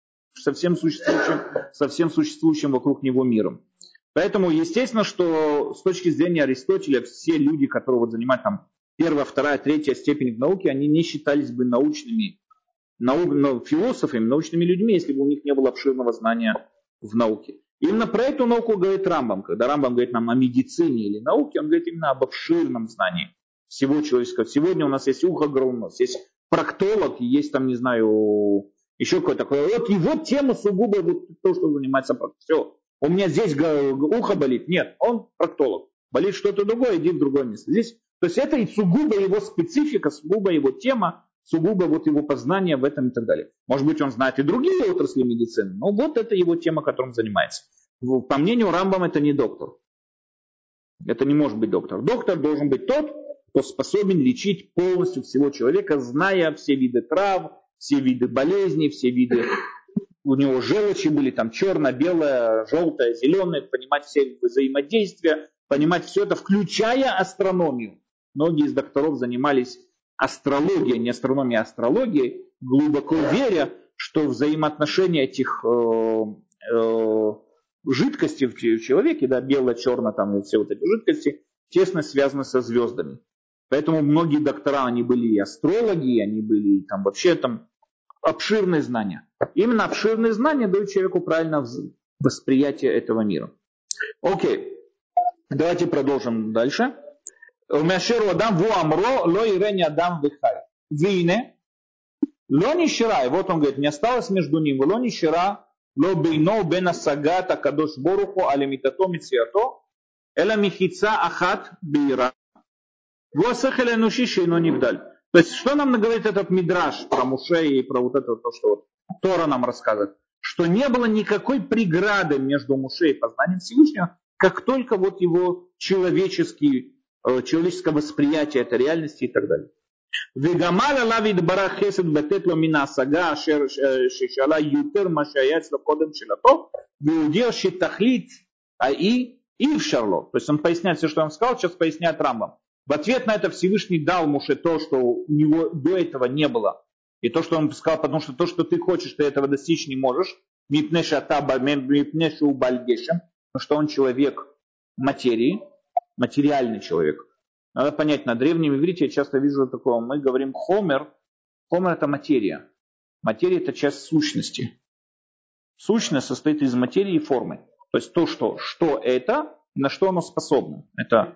существующим вокруг него миром. Поэтому, естественно, что с точки зрения Аристотеля, все люди, которые занимают 1, 2, 3 степень в науке, они не считались бы научными философами, научными людьми, если бы у них не было обширного знания в науке. Именно про эту науку говорит Рамбам. Когда Рамбам говорит нам о медицине или науке, он говорит именно об обширном знании всего человеческого. Сегодня у нас есть ухогром, у нас есть проктолог, есть еще какой-то такой. Вот его тема сугубо то, что занимается. Все. У меня здесь ухо болит. Нет, он проктолог. Болит что-то другое, иди в другое место. То есть это и сугубо его специфика, сугубо его тема, сугубо его познание в этом и так далее. Может быть, он знает и другие отрасли медицины, но это его тема, которой он занимается. По мнению Рамбама, это не доктор. Это не может быть доктор. Доктор должен быть тот, кто способен лечить полностью всего человека, зная все виды трав, все виды болезней, все виды... У него желчи были черная, белая, желтая, зеленая, понимать все взаимодействия, понимать все это, включая астрономию. Многие из докторов занимались астрологией, не астрономией, а астрологией, глубоко веря, что взаимоотношения этих жидкостей в человеке, да, белое, черное, и все эти жидкости, тесно связаны со звездами. Поэтому многие доктора, они были и астрологи, они были вообще обширные знания. Именно обширные знания дают человеку правильное восприятие этого мира. Окей, давайте продолжим дальше. Умяшеру адам ву амро ло ирени адам вихай. Вине ло нишира. И вот он говорит, не осталось между ним ло нишира לא בינו בין השגת הקדוש ברוך הוא על אמיתתו מציאתו, אלא מחיצה אחת בהירה, והוא השכל האנושי שאינו небдаль. То есть, что нам говорит этот мидраш про Моше и про вот это, то, что вот Тора нам рассказывает? Что не было никакой преграды между Моше и познанием Всевышнего, как только вот его человеческое восприятие этой реальности и так далее. וגמל עליו יתברך חסד לתת לו מן ההשגה אשר ששאלה יותר מה שהיה אצלו קודם שאלתו, והוא הודיע שתכלית ההיא אי אפשר לו. То есть он поясняет все, что он сказал, сейчас поясняет Рамбам. В ответ на это Всевышний дал Моше то, что у него до этого не было. И то, что он сказал, потому что то, что ты хочешь, ты этого достичь не можешь. Потому что он человек материи, материальный человек. Надо понять, на древнем иврите я часто вижу такое, мы говорим хомер. Хомер это материя. Материя это часть сущности. Сущность состоит из материи и формы. То есть то, что это, на что оно способно. Это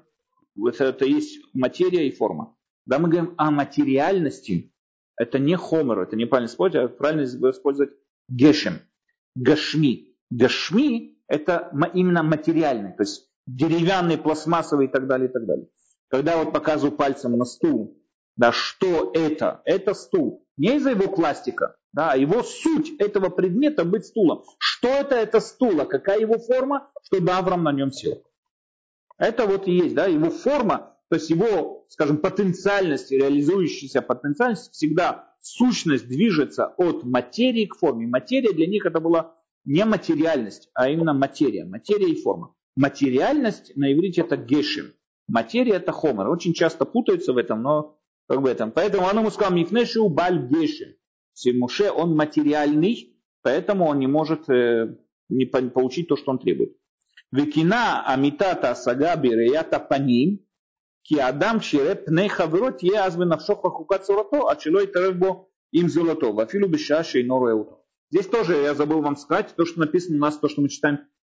есть материя и форма. Когда мы говорим о материальности, это не хомер, это неправильно использовать, а правильно использовать гешем, гашми. Гашми это именно материальный, то есть деревянный, пластмассовый и так далее, и так далее. Когда вот показываю пальцем на стул, да, что это? Это стул. Не из-за его пластика, да, его суть этого предмета быть стулом. Что это? Это стул, а какая его форма, чтобы Авраам на нем сел. Это вот и есть, да, его форма, то есть его, скажем, потенциальность, реализующаяся потенциальность, всегда сущность движется от материи к форме. Материя для них это была не материальность, а именно материя и форма. Материальность на иврите это гешем, материя это хомер. Очень часто путаются в этом, но как бы это. Поэтому он ему сказал, мифнешу баль гешем. Моше он материальный, поэтому он не может не получить то, что он требует. Векина амитата сага биреята паним, ки адам чире пней хаверот е азбе навшох вахукат сурато, а челой таревбо им золото, вафилу бешаши и нору эуто. Здесь тоже я забыл вам сказать, то, что написано у нас, то, что мы читаем.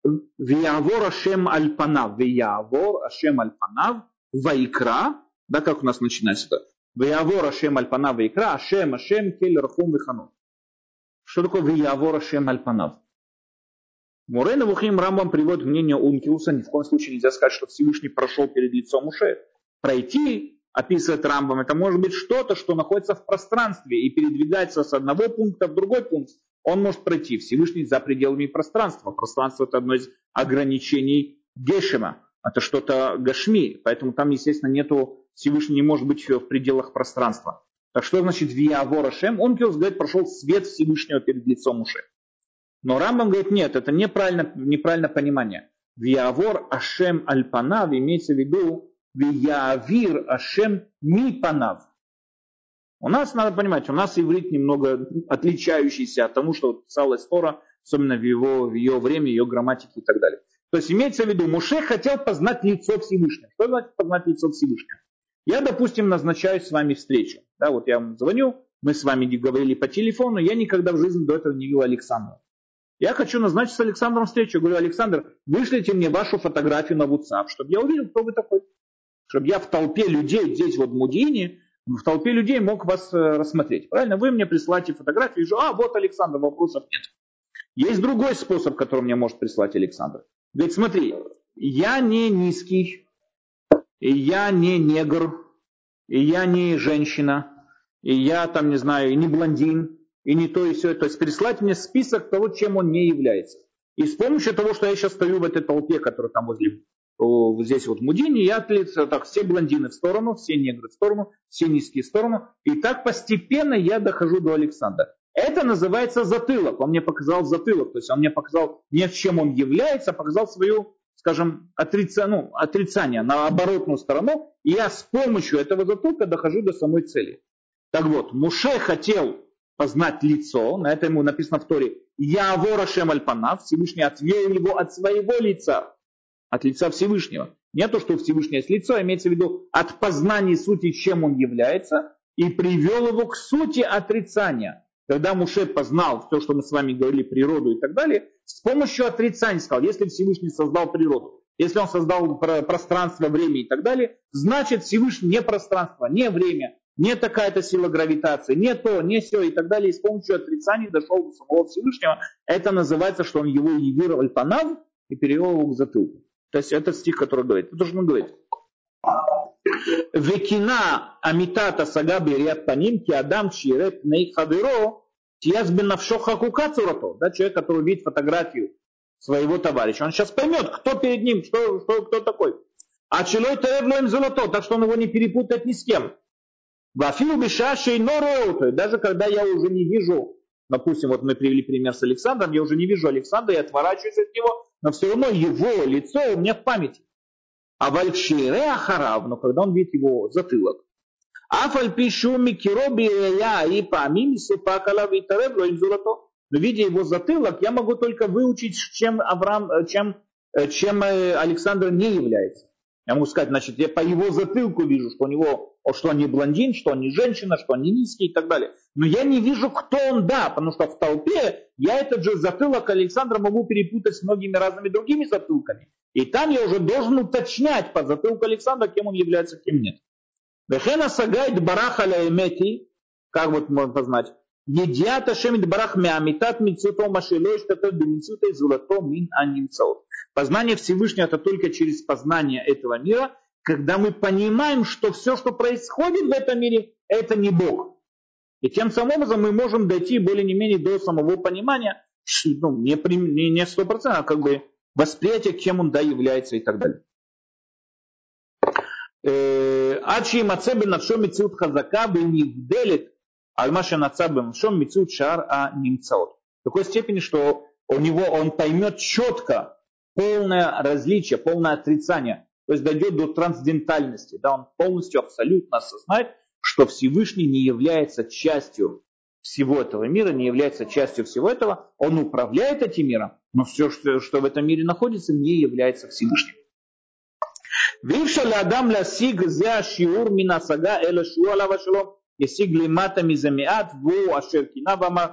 Виявор ашем аль-панав, виявор ашем аль-панав, вайкра, да, как у нас начинается это? Виявор ашем аль-панав, вайкра, ашем кель рахум виханут. Что такое виявор ашем аль-панав? Морей Невухим Рамбам приводит мнение Ункилуса, ни в коем случае нельзя сказать, что Всевышний прошел перед лицом Моше. Пройти, описывает Рамбам, это может быть что-то, что находится в пространстве и передвигается с одного пункта в другой пункт. Он может пройти. Всевышний за пределами пространства. Пространство это одно из ограничений Гешема. Это что-то Гашми. Поэтому там, естественно, нету, Всевышний не может быть в пределах пространства. Так что значит Виявор Ашем? Ункилус говорит, прошел свет Всевышнего перед лицом Моше. Но Рамбам говорит, нет, это неправильное понимание. Виявор Ашем аль-панав имеется в виду Виявир Ашем ми-панав. У нас, надо понимать, у нас иврит немного отличающийся от того, что писалась Тора, особенно в ее время, ее грамматике и так далее. То есть имеется в виду, Моше хотел познать лицо Всевышнего. Что значит познать лицо Всевышнего? Я, допустим, назначаю с вами встречу. Да, вот я вам звоню, мы с вами говорили по телефону, я никогда в жизни до этого не видел Александра. Я хочу назначить с Александром встречу. Я говорю, Александр, вышлите мне вашу фотографию на WhatsApp, чтобы я увидел, кто вы такой. Чтобы я в толпе людей, здесь вот в Мудине, в толпе людей мог вас рассмотреть. Правильно? Вы мне присылаете фотографию и говорю, вот Александр, вопросов нет. Есть другой способ, который мне может прислать Александр. Говорит, смотри, я не низкий, и я не негр, и я не женщина, и я там, не знаю, и не блондин, и не то, и все. То есть прислать мне список того, чем он не является. И с помощью того, что я сейчас стою в этой толпе, которая там возле, здесь вот в Мудине, я так, все блондины в сторону, все негры в сторону, все низкие в сторону. И так постепенно я дохожу до Александра. Это называется затылок. Он мне показал затылок. То есть он мне показал не в чем он является, а показал свою, скажем, отрицание на оборотную сторону. И я с помощью этого затылка дохожу до самой цели. Так вот, Моше хотел познать лицо, на это ему написано в Торе, Явор Ашем аль-панав, Всевышний отвел его от своего лица, от лица Всевышнего. Не то, что у Всевышнего есть лицо, имеется в виду от познания сути, чем он является, и привел его к сути отрицания. Когда Моше познал все, что мы с вами говорили, природу и так далее, с помощью отрицания сказал, если Всевышний создал природу, если он создал пространство, время и так далее, значит Всевышний не пространство, не время, не такая-то сила гравитации, не то, не все и так далее, и с помощью отрицания дошел до самого Всевышнего. Это называется, что он его явил альпанав и перевел его к затылку. То есть это стих, который говорит. Это что он говорит. Векина амитата сага бериат паним ки адам чирет ней хаверо тияс бен навшо хакука цурато. Да, человек, который видит фотографию своего товарища, он сейчас поймет, кто перед ним, кто такой. А челой таевлоем золото, так что он его не перепутает ни с кем. Вафилу бешашей нороутой, даже когда я уже не вижу, допустим, вот мы привели пример с Александром, я уже не вижу Александра, я отворачиваюсь от него, но все равно его лицо у меня в памяти. А вальшире ахарав, но когда он видит его затылок, афаль пишу микироби я и памим супакала витаребло им золото. Но видя его затылок, я могу только выучить, чем Александр не является. Я могу сказать, значит, я по его затылку вижу, что он не блондин, что он не женщина, что он не низкий и так далее. Но я не вижу, кто он, да, потому что в толпе я этот же затылок Александра могу перепутать с многими разными другими затылками. И там я уже должен уточнять по затылку Александра, кем он является, кем нет. Вехена сагайд барах аля эмети, как вот можно познать, едят ашемит барах меамитат мицуто машилой, что то бимицуто и золото мин анимцаот. Познание Всевышнего это только через познание этого мира, когда мы понимаем, что все, что происходит в этом мире, это не Бог. И тем самым образом мы можем дойти более-менее до самого понимания, не 100%, а как бы восприятия, кем он является и так далее. עד שימצא בנפשו מציאות חזקה ונבדלת על מה שנמצא בנפשו מציאות שאר הנמצאות. В такой степени, что он поймет четко полное различие, полное отрицание, то есть дойдет до трансцендентальности, да, он полностью, абсолютно осознает, что Всевышний не является частью всего этого мира, не является частью всего этого, он управляет этим миром, но все, что в этом мире находится, не является Всевышним. ואי-אפשר לאדם להשיג זה השיעור מן ההשגה אלא שהוא עליו השלום ישיג למטה מזה מעט והוא אשר כינה ואמר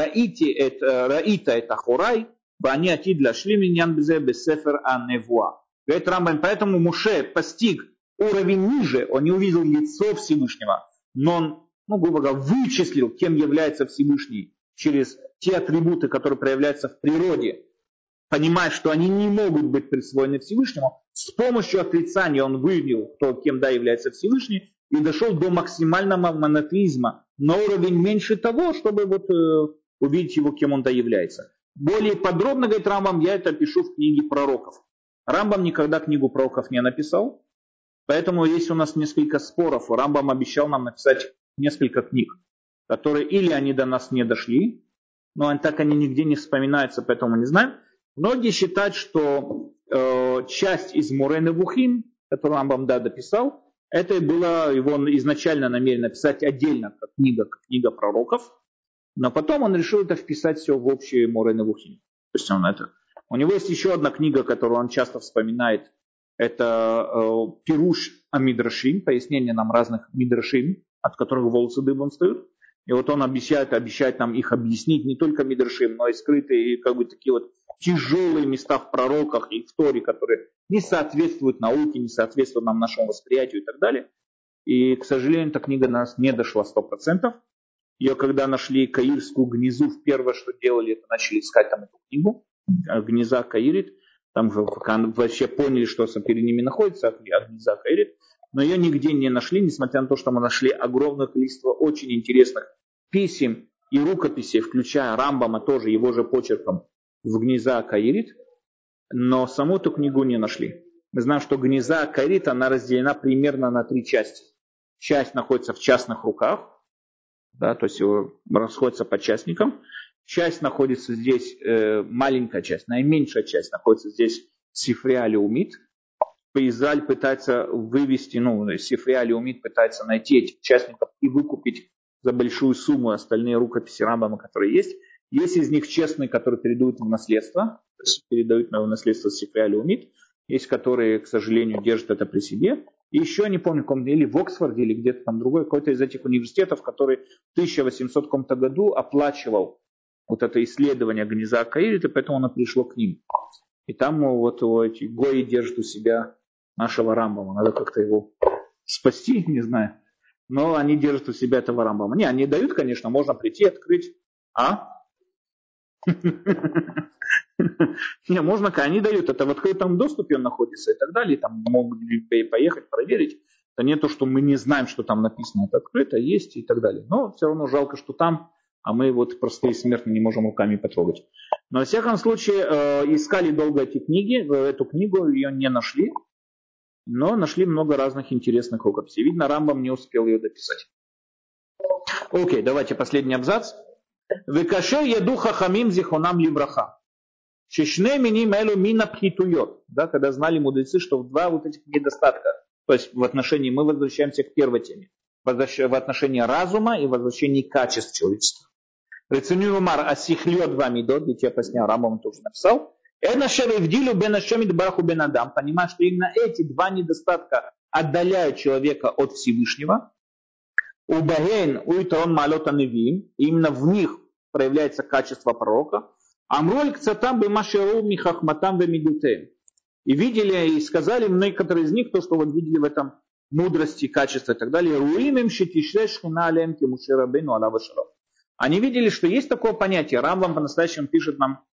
ראית את אחוריי ואני עתיד להשלים עניין בזה בספר הנבואה. Говорит Рамбам, поэтому Моше постиг уровень ниже, он не увидел лицо Всевышнего, но он, грубо говоря, вычислил, кем является Всевышний через те атрибуты, которые проявляются в природе, понимая, что они не могут быть присвоены Всевышнему, с помощью отрицания он выявил, кем является Всевышний, и дошел до максимального монотеизма, на уровень меньше того, чтобы увидеть его, кем он является. Более подробно, говорит Рамбам, я это пишу в книге пророков. Рамбам никогда книгу пророков не написал, поэтому есть у нас несколько споров. Рамбам обещал нам написать несколько книг, которые или они до нас не дошли, но так они нигде не вспоминаются, поэтому не знаем. Многие считают, что часть из Море Невухим, которую Рамбам дописал, это было его изначально намерен написать отдельно, как книга пророков, но потом он решил это вписать все в общее Море Невухим. То есть у него есть еще одна книга, которую он часто вспоминает, это Пируш Амидрашим, пояснение нам разных Мидрашим, от которых волосы дыбом встают. И вот он обещает нам их объяснить не только Мидрашим, но и скрытые, такие тяжелые места в пророках и в Торе, которые не соответствуют науке, не соответствуют нам нашему восприятию и так далее. И, к сожалению, эта книга до нас не дошла 100%. Ее, когда нашли Каирскую гнезу, первое, что делали, это начали искать там эту книгу, гнеза Каирит. Там вообще поняли, что перед ними находится, гнеза Каирит. Но ее нигде не нашли, несмотря на то, что мы нашли огромное количество очень интересных писем и рукописей, включая Рамбама, тоже его же почерком, в гнеза Каирит, но саму эту книгу не нашли. Мы знаем, что гнеза Каирит, она разделена примерно на 3 части. Часть находится в частных руках, да, то есть его расходится по частникам. Часть находится здесь, маленькая часть, наименьшая часть находится здесь в Сифре Леумит. Израиль пытается вывести, Сифре Леумит пытается найти этих участников и выкупить за большую сумму остальные рукописи Рамбама, которые есть. Есть из них честные, которые передают в наследство, то есть передают в наследство Сифре Леумит. Есть, которые, к сожалению, держат это при себе. И еще, не помню, или в Оксфорде, или где-то там другой, какой-то из этих университетов, который в 1800 каком-то году оплачивал это исследование гнеза Каирита, поэтому оно пришло к ним. И там эти гои держат у себя нашего Рамбама. Надо как-то его спасти, не знаю. но они держат у себя этого Рамбама. Не, они дают, конечно, можно прийти, открыть. Не, можно, они дают, это в открытом доступе он находится и так далее, там могут поехать, проверить. Это не то, что мы не знаем, что там написано, это открыто, есть и так далее. Но все равно жалко, что там, а мы вот простые смертные не можем руками потрогать. Но во всяком случае, искали долго эти книги, эту книгу ее не нашли, но нашли много разных интересных рукописей. Видно, Рамбам не успел ее дописать. Окей, давайте последний абзац. Векашер еду хахамим зихонам ливраха. Шешне миним элю мина пхитуйот. Да, когда знали мудрецы, что в два вот этих недостатка. То есть в отношении, мы возвращаемся к первой теме. В отношении разума и в отношении качеств человечества. Реценю умар асихлет вамидот, ведь я пояснял, Рамбам тоже написал. Эна шеревдилю бен ашемид бараху бен адам. Понимаешь, что именно эти два недостатка отдаляют человека от Всевышнего. Убагейн уитрон малота невим. Именно в них проявляется качество пророка. Амроль кцатам бы машеру михахматам вемидутеем. И видели, и сказали некоторые из них то, что вот видели в этом мудрости, качества и так далее. Руимим шетишрешхина алемки мушерабейну алава шаров. Они видели, что есть такое понятие. Рамбам по-настоящему пишет нам,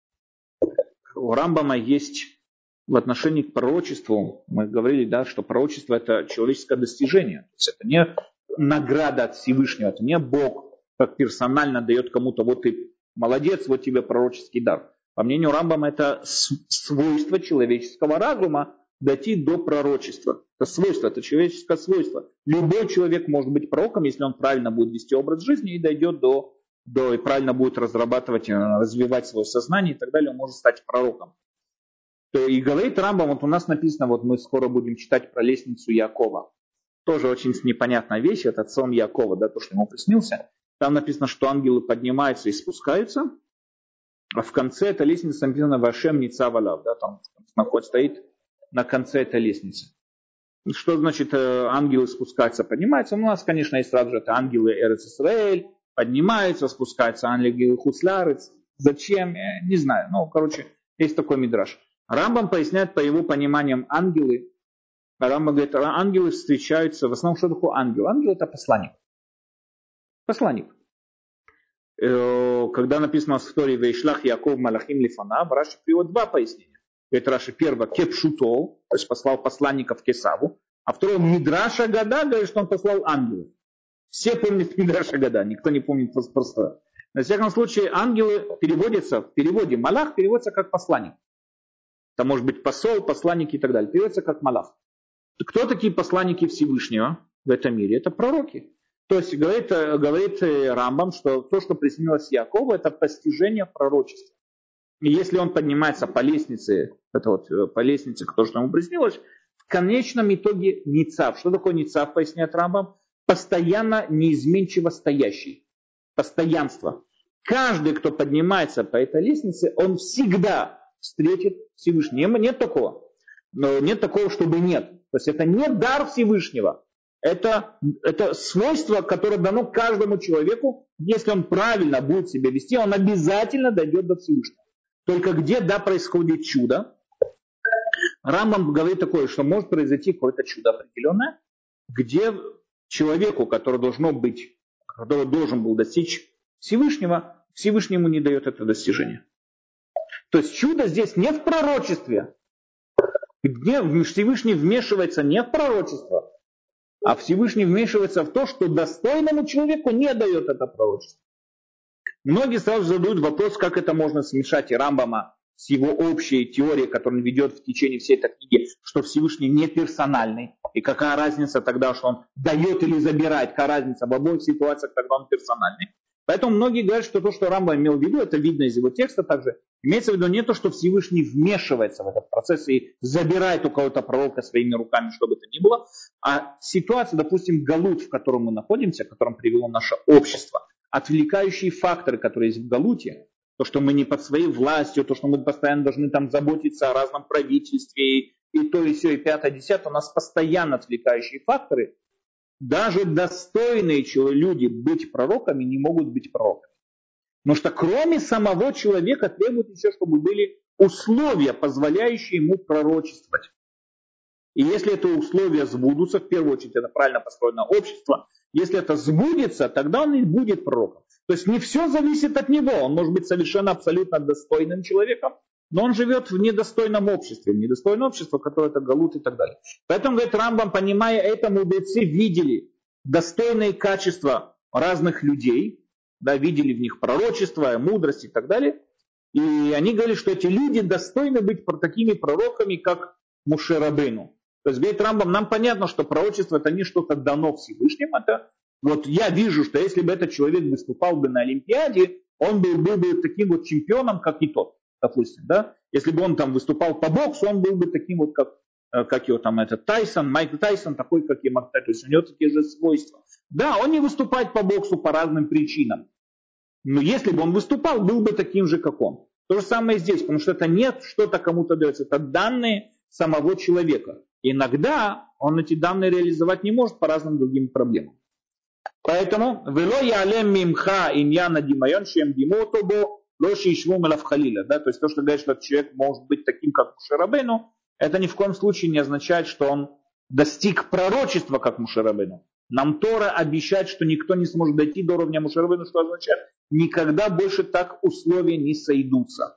у Рамбама есть в отношении к пророчеству, мы говорили, да, что пророчество это человеческое достижение. То есть это не награда от Всевышнего, это не Бог как персонально дает кому-то, вот ты молодец, вот тебе пророческий дар. По мнению Рамбама это свойство человеческого разума дойти до пророчества. Это свойство, это человеческое свойство. Любой человек может быть пророком, если он правильно будет вести образ жизни и дойдет и правильно будет разрабатывать, развивать свое сознание и так далее, он может стать пророком. И говорит Рамбам, вот у нас написано, вот мы скоро будем читать про лестницу Якова. Тоже очень непонятная вещь, это сон Якова, да, то, что ему приснился. Там написано, что ангелы поднимаются и спускаются, а в конце этой лестницы написано «Вашем ница валав», да, там стоит на конце этой лестницы. Что значит ангелы спускаются, поднимаются? У нас, конечно, есть сразу же это ангелы Эрец Исраэль, поднимаются, спускаются ангелы Хуцлярец. Зачем? Не знаю. Есть такой мидраш. Рамбам поясняет по его пониманиям ангелы. Рамбам говорит, ангелы встречаются. В основном, что такое ангел? Ангел это посланник. Посланник. Когда написано в истории «Вейшлах Яков Малахим Лифанав», Раши приводит два пояснения. Это Раши первое, кепшуто, то есть послал посланников к Исаву. А второе, Мидраша Гада, говорит, что он послал ангелов. Все помнят Мидраша Гада, никто не помнит просто. На всяком случае, ангелы переводятся, в переводе Малах переводится как посланник. Это может быть посол, посланники и так далее. Переводится как Малах. Кто такие посланники Всевышнего в этом мире? Это пророки. То есть говорит Рамбам, что то, что приснилось Якову, это постижение пророчества. И если он поднимается по лестнице, по лестнице, то, что ему приснилось, в конечном итоге ницав. Что такое ницав, поясняет Рамбам? Постоянно неизменчиво стоящий. Постоянство. Каждый, кто поднимается по этой лестнице, он всегда встретит Всевышнего. Нет такого. Но нет такого, чтобы нет. То есть это не дар Всевышнего. Это свойство, которое дано каждому человеку. Если он правильно будет себя вести, он обязательно дойдет до Всевышнего. Только где, происходит чудо. Рамбам говорит такое, что может произойти какое-то чудо определенное, где человеку, который должен был достичь Всевышнего, Всевышнему не дает это достижение. То есть чудо здесь не в пророчестве. Где Всевышний вмешивается не в пророчество, а Всевышний вмешивается в то, что достойному человеку не дает это пророчество. Многие сразу задают вопрос, как это можно смешать и Рамбама с его общей теорией, которую он ведет в течение всей этой книги, что Всевышний не персональный. И какая разница тогда, что он дает или забирает, какая разница в обоих ситуациях, тогда он персональный. Поэтому многие говорят, что то, что Рамбам имел в виду, это видно из его текста также. Имеется в виду не то, что Всевышний вмешивается в этот процесс и забирает у кого-то пророка своими руками, что бы то ни было, а ситуация, допустим, галут, в котором мы находимся, в котором привело наше общество, отвлекающие факторы, которые есть в галуте, то, что мы не под своей властью, то, что мы постоянно должны там заботиться о разном правительстве, и то, и все, и пятое, десятое, у нас постоянно отвлекающие факторы. Даже достойные люди быть пророками не могут быть пророками. Потому что кроме самого человека требует еще, чтобы были условия, позволяющие ему пророчествовать. И если это условия сбудутся, в первую очередь это правильно построенное общество, если это сбудется, тогда он и будет пророком. То есть не все зависит от него. Он может быть совершенно абсолютно достойным человеком, но он живет в недостойном обществе. Недостойное общество, которое это галут и так далее. Поэтому, говорит Рамбам, понимая это, мудрецы видели достойные качества разных людей, да, видели в них пророчество, мудрость и так далее. И они говорили, что эти люди достойны быть такими пророками, как Моше Рабейну. То есть, говорит Рамбам, нам понятно, что пророчество это не что-то дано Всевышним. Это вот я вижу, что если бы этот человек выступал бы на Олимпиаде, он был бы таким вот чемпионом, как и тот, допустим. Да? Если бы он там выступал по боксу, он был бы таким вот, как его там этот Тайсон, Майк Тайсон, такой, как и Марк Тайсон. То есть у него такие же свойства. Да, он не выступает по боксу по разным причинам. Но если бы он выступал, был бы таким же, как он. То же самое здесь, потому что это нет что-то кому-то дается. Это данные самого человека. Иногда он эти данные реализовать не может по разным другим проблемам. Поэтому «Вело ялем мимха иньяна димайон шем димотобо лоши ишву мелавхалиля». То есть то, что говорит, что человек может быть таким, как Моше Рабейну, это ни в коем случае не означает, что он достиг пророчества, как Моше Рабейну. Нам Тора обещает, что никто не сможет дойти до уровня Моше Рабейну, что означает, никогда больше так условия не сойдутся.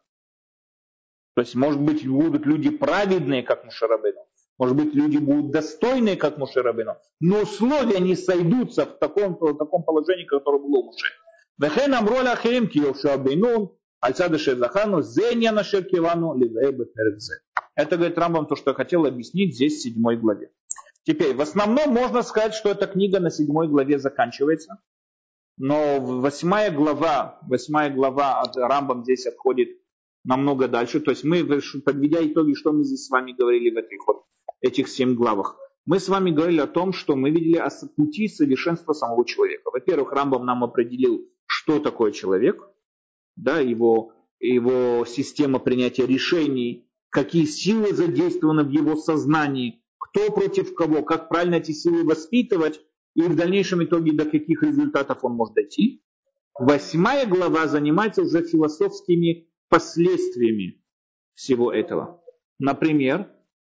То есть, может быть, будут люди праведные, как Моше Рабейну. Может быть, люди будут достойные, как Моше Рабейну. Но условия не сойдутся в таком положении, которое было у Моше. Вехен амроль ахирим ки Йошуа бен Нун, аль-цад ашер захарну, зенья нашер кивану, ливэй бэперек зе. Это, говорит Рамбам, то, что я хотел объяснить здесь в 7 главе. Теперь, в основном можно сказать, что эта книга на 7 главе заканчивается. Но 8 глава от Рамбам здесь отходит намного дальше. То есть мы, подведя итоги, что мы здесь с вами говорили в этих 7 главах. Мы с вами говорили о том, что мы видели о пути совершенства самого человека. Во-первых, Рамбам нам определил, что такое человек, да, его система принятия решений, какие силы задействованы в его сознании, кто против кого, как правильно эти силы воспитывать, и в дальнейшем итоге до каких результатов он может дойти. 8 глава занимается уже философскими последствиями всего этого. Например,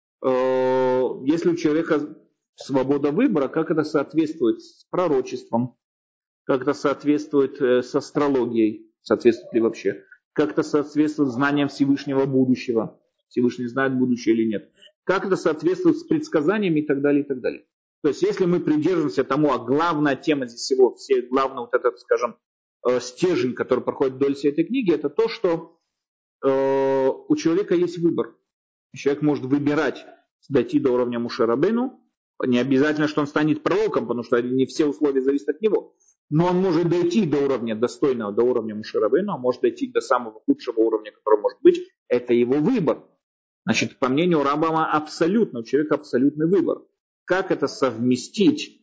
если у человека свобода выбора, как это соответствует с пророчеством, как это соответствует с астрологией, соответствует ли вообще, как это соответствует знаниям Всевышнего будущего, Всевышний знает будущее или нет, как это соответствует с предсказаниями и так далее, и так далее. То есть, если мы придерживаемся тому, а главная тема здесь всего, главный вот этот, скажем, стержень, который проходит вдоль всей этой книги, это то, что у человека есть выбор. Человек может выбирать дойти до уровня Моше Рабейну. Не обязательно, что он станет пророком, потому что не все условия зависят от него. Но он может дойти до уровня достойного, до уровня Моше Рабейну, а может дойти до самого худшего уровня, который может быть. Это его выбор. Значит, по мнению Рамбама, абсолютно, у человека абсолютный выбор. Как это совместить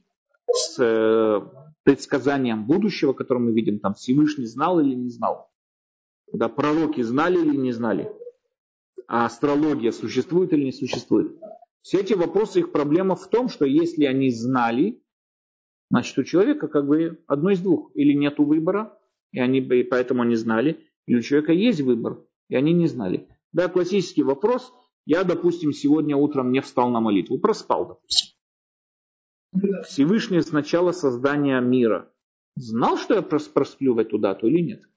с предсказанием будущего, которое мы видим, там Всевышний знал или не знал? Да, пророки знали или не знали? А астрология существует или не существует? Все эти вопросы, их проблема в том, что если они знали, значит у человека как бы одно из двух. Или нету выбора, и поэтому они знали, или у человека есть выбор, и они не знали. Да, классический вопрос. Я, допустим, сегодня утром не встал на молитву, проспал, допустим. Всевышний с начала создания мира знал, что я просплю в эту дату или нет?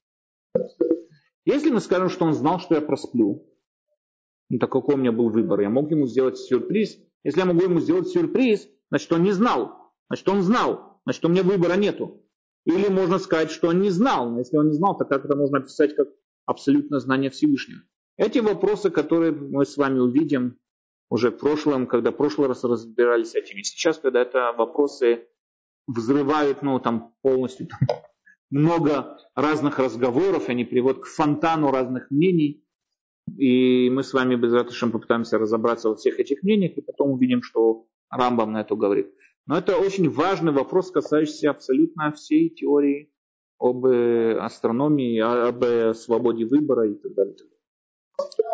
Если мы скажем, что он знал, что я просплю, ну так какой у меня был выбор? Я мог ему сделать сюрприз. Если я могу ему сделать сюрприз, значит он не знал. Значит он знал. Значит у меня выбора нету. Или можно сказать, что он не знал. Но если он не знал, то как это можно описать как абсолютное знание Всевышнего? Эти вопросы, которые мы с вами увидим уже в прошлом, когда в прошлый раз разбирались с этими. Сейчас, когда это вопросы взрывают, там полностью много разных разговоров, они приводят к фонтану разных мнений. И мы с вами без ратушем попытаемся разобраться во всех этих мнениях, и потом увидим, что Рамбам на это говорит. Но это очень важный вопрос, касающийся абсолютно всей теории об астрономии, об свободе выбора и так далее.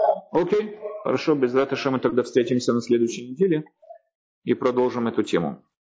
Окей, хорошо, без ратушем мы тогда встретимся на следующей неделе и продолжим эту тему.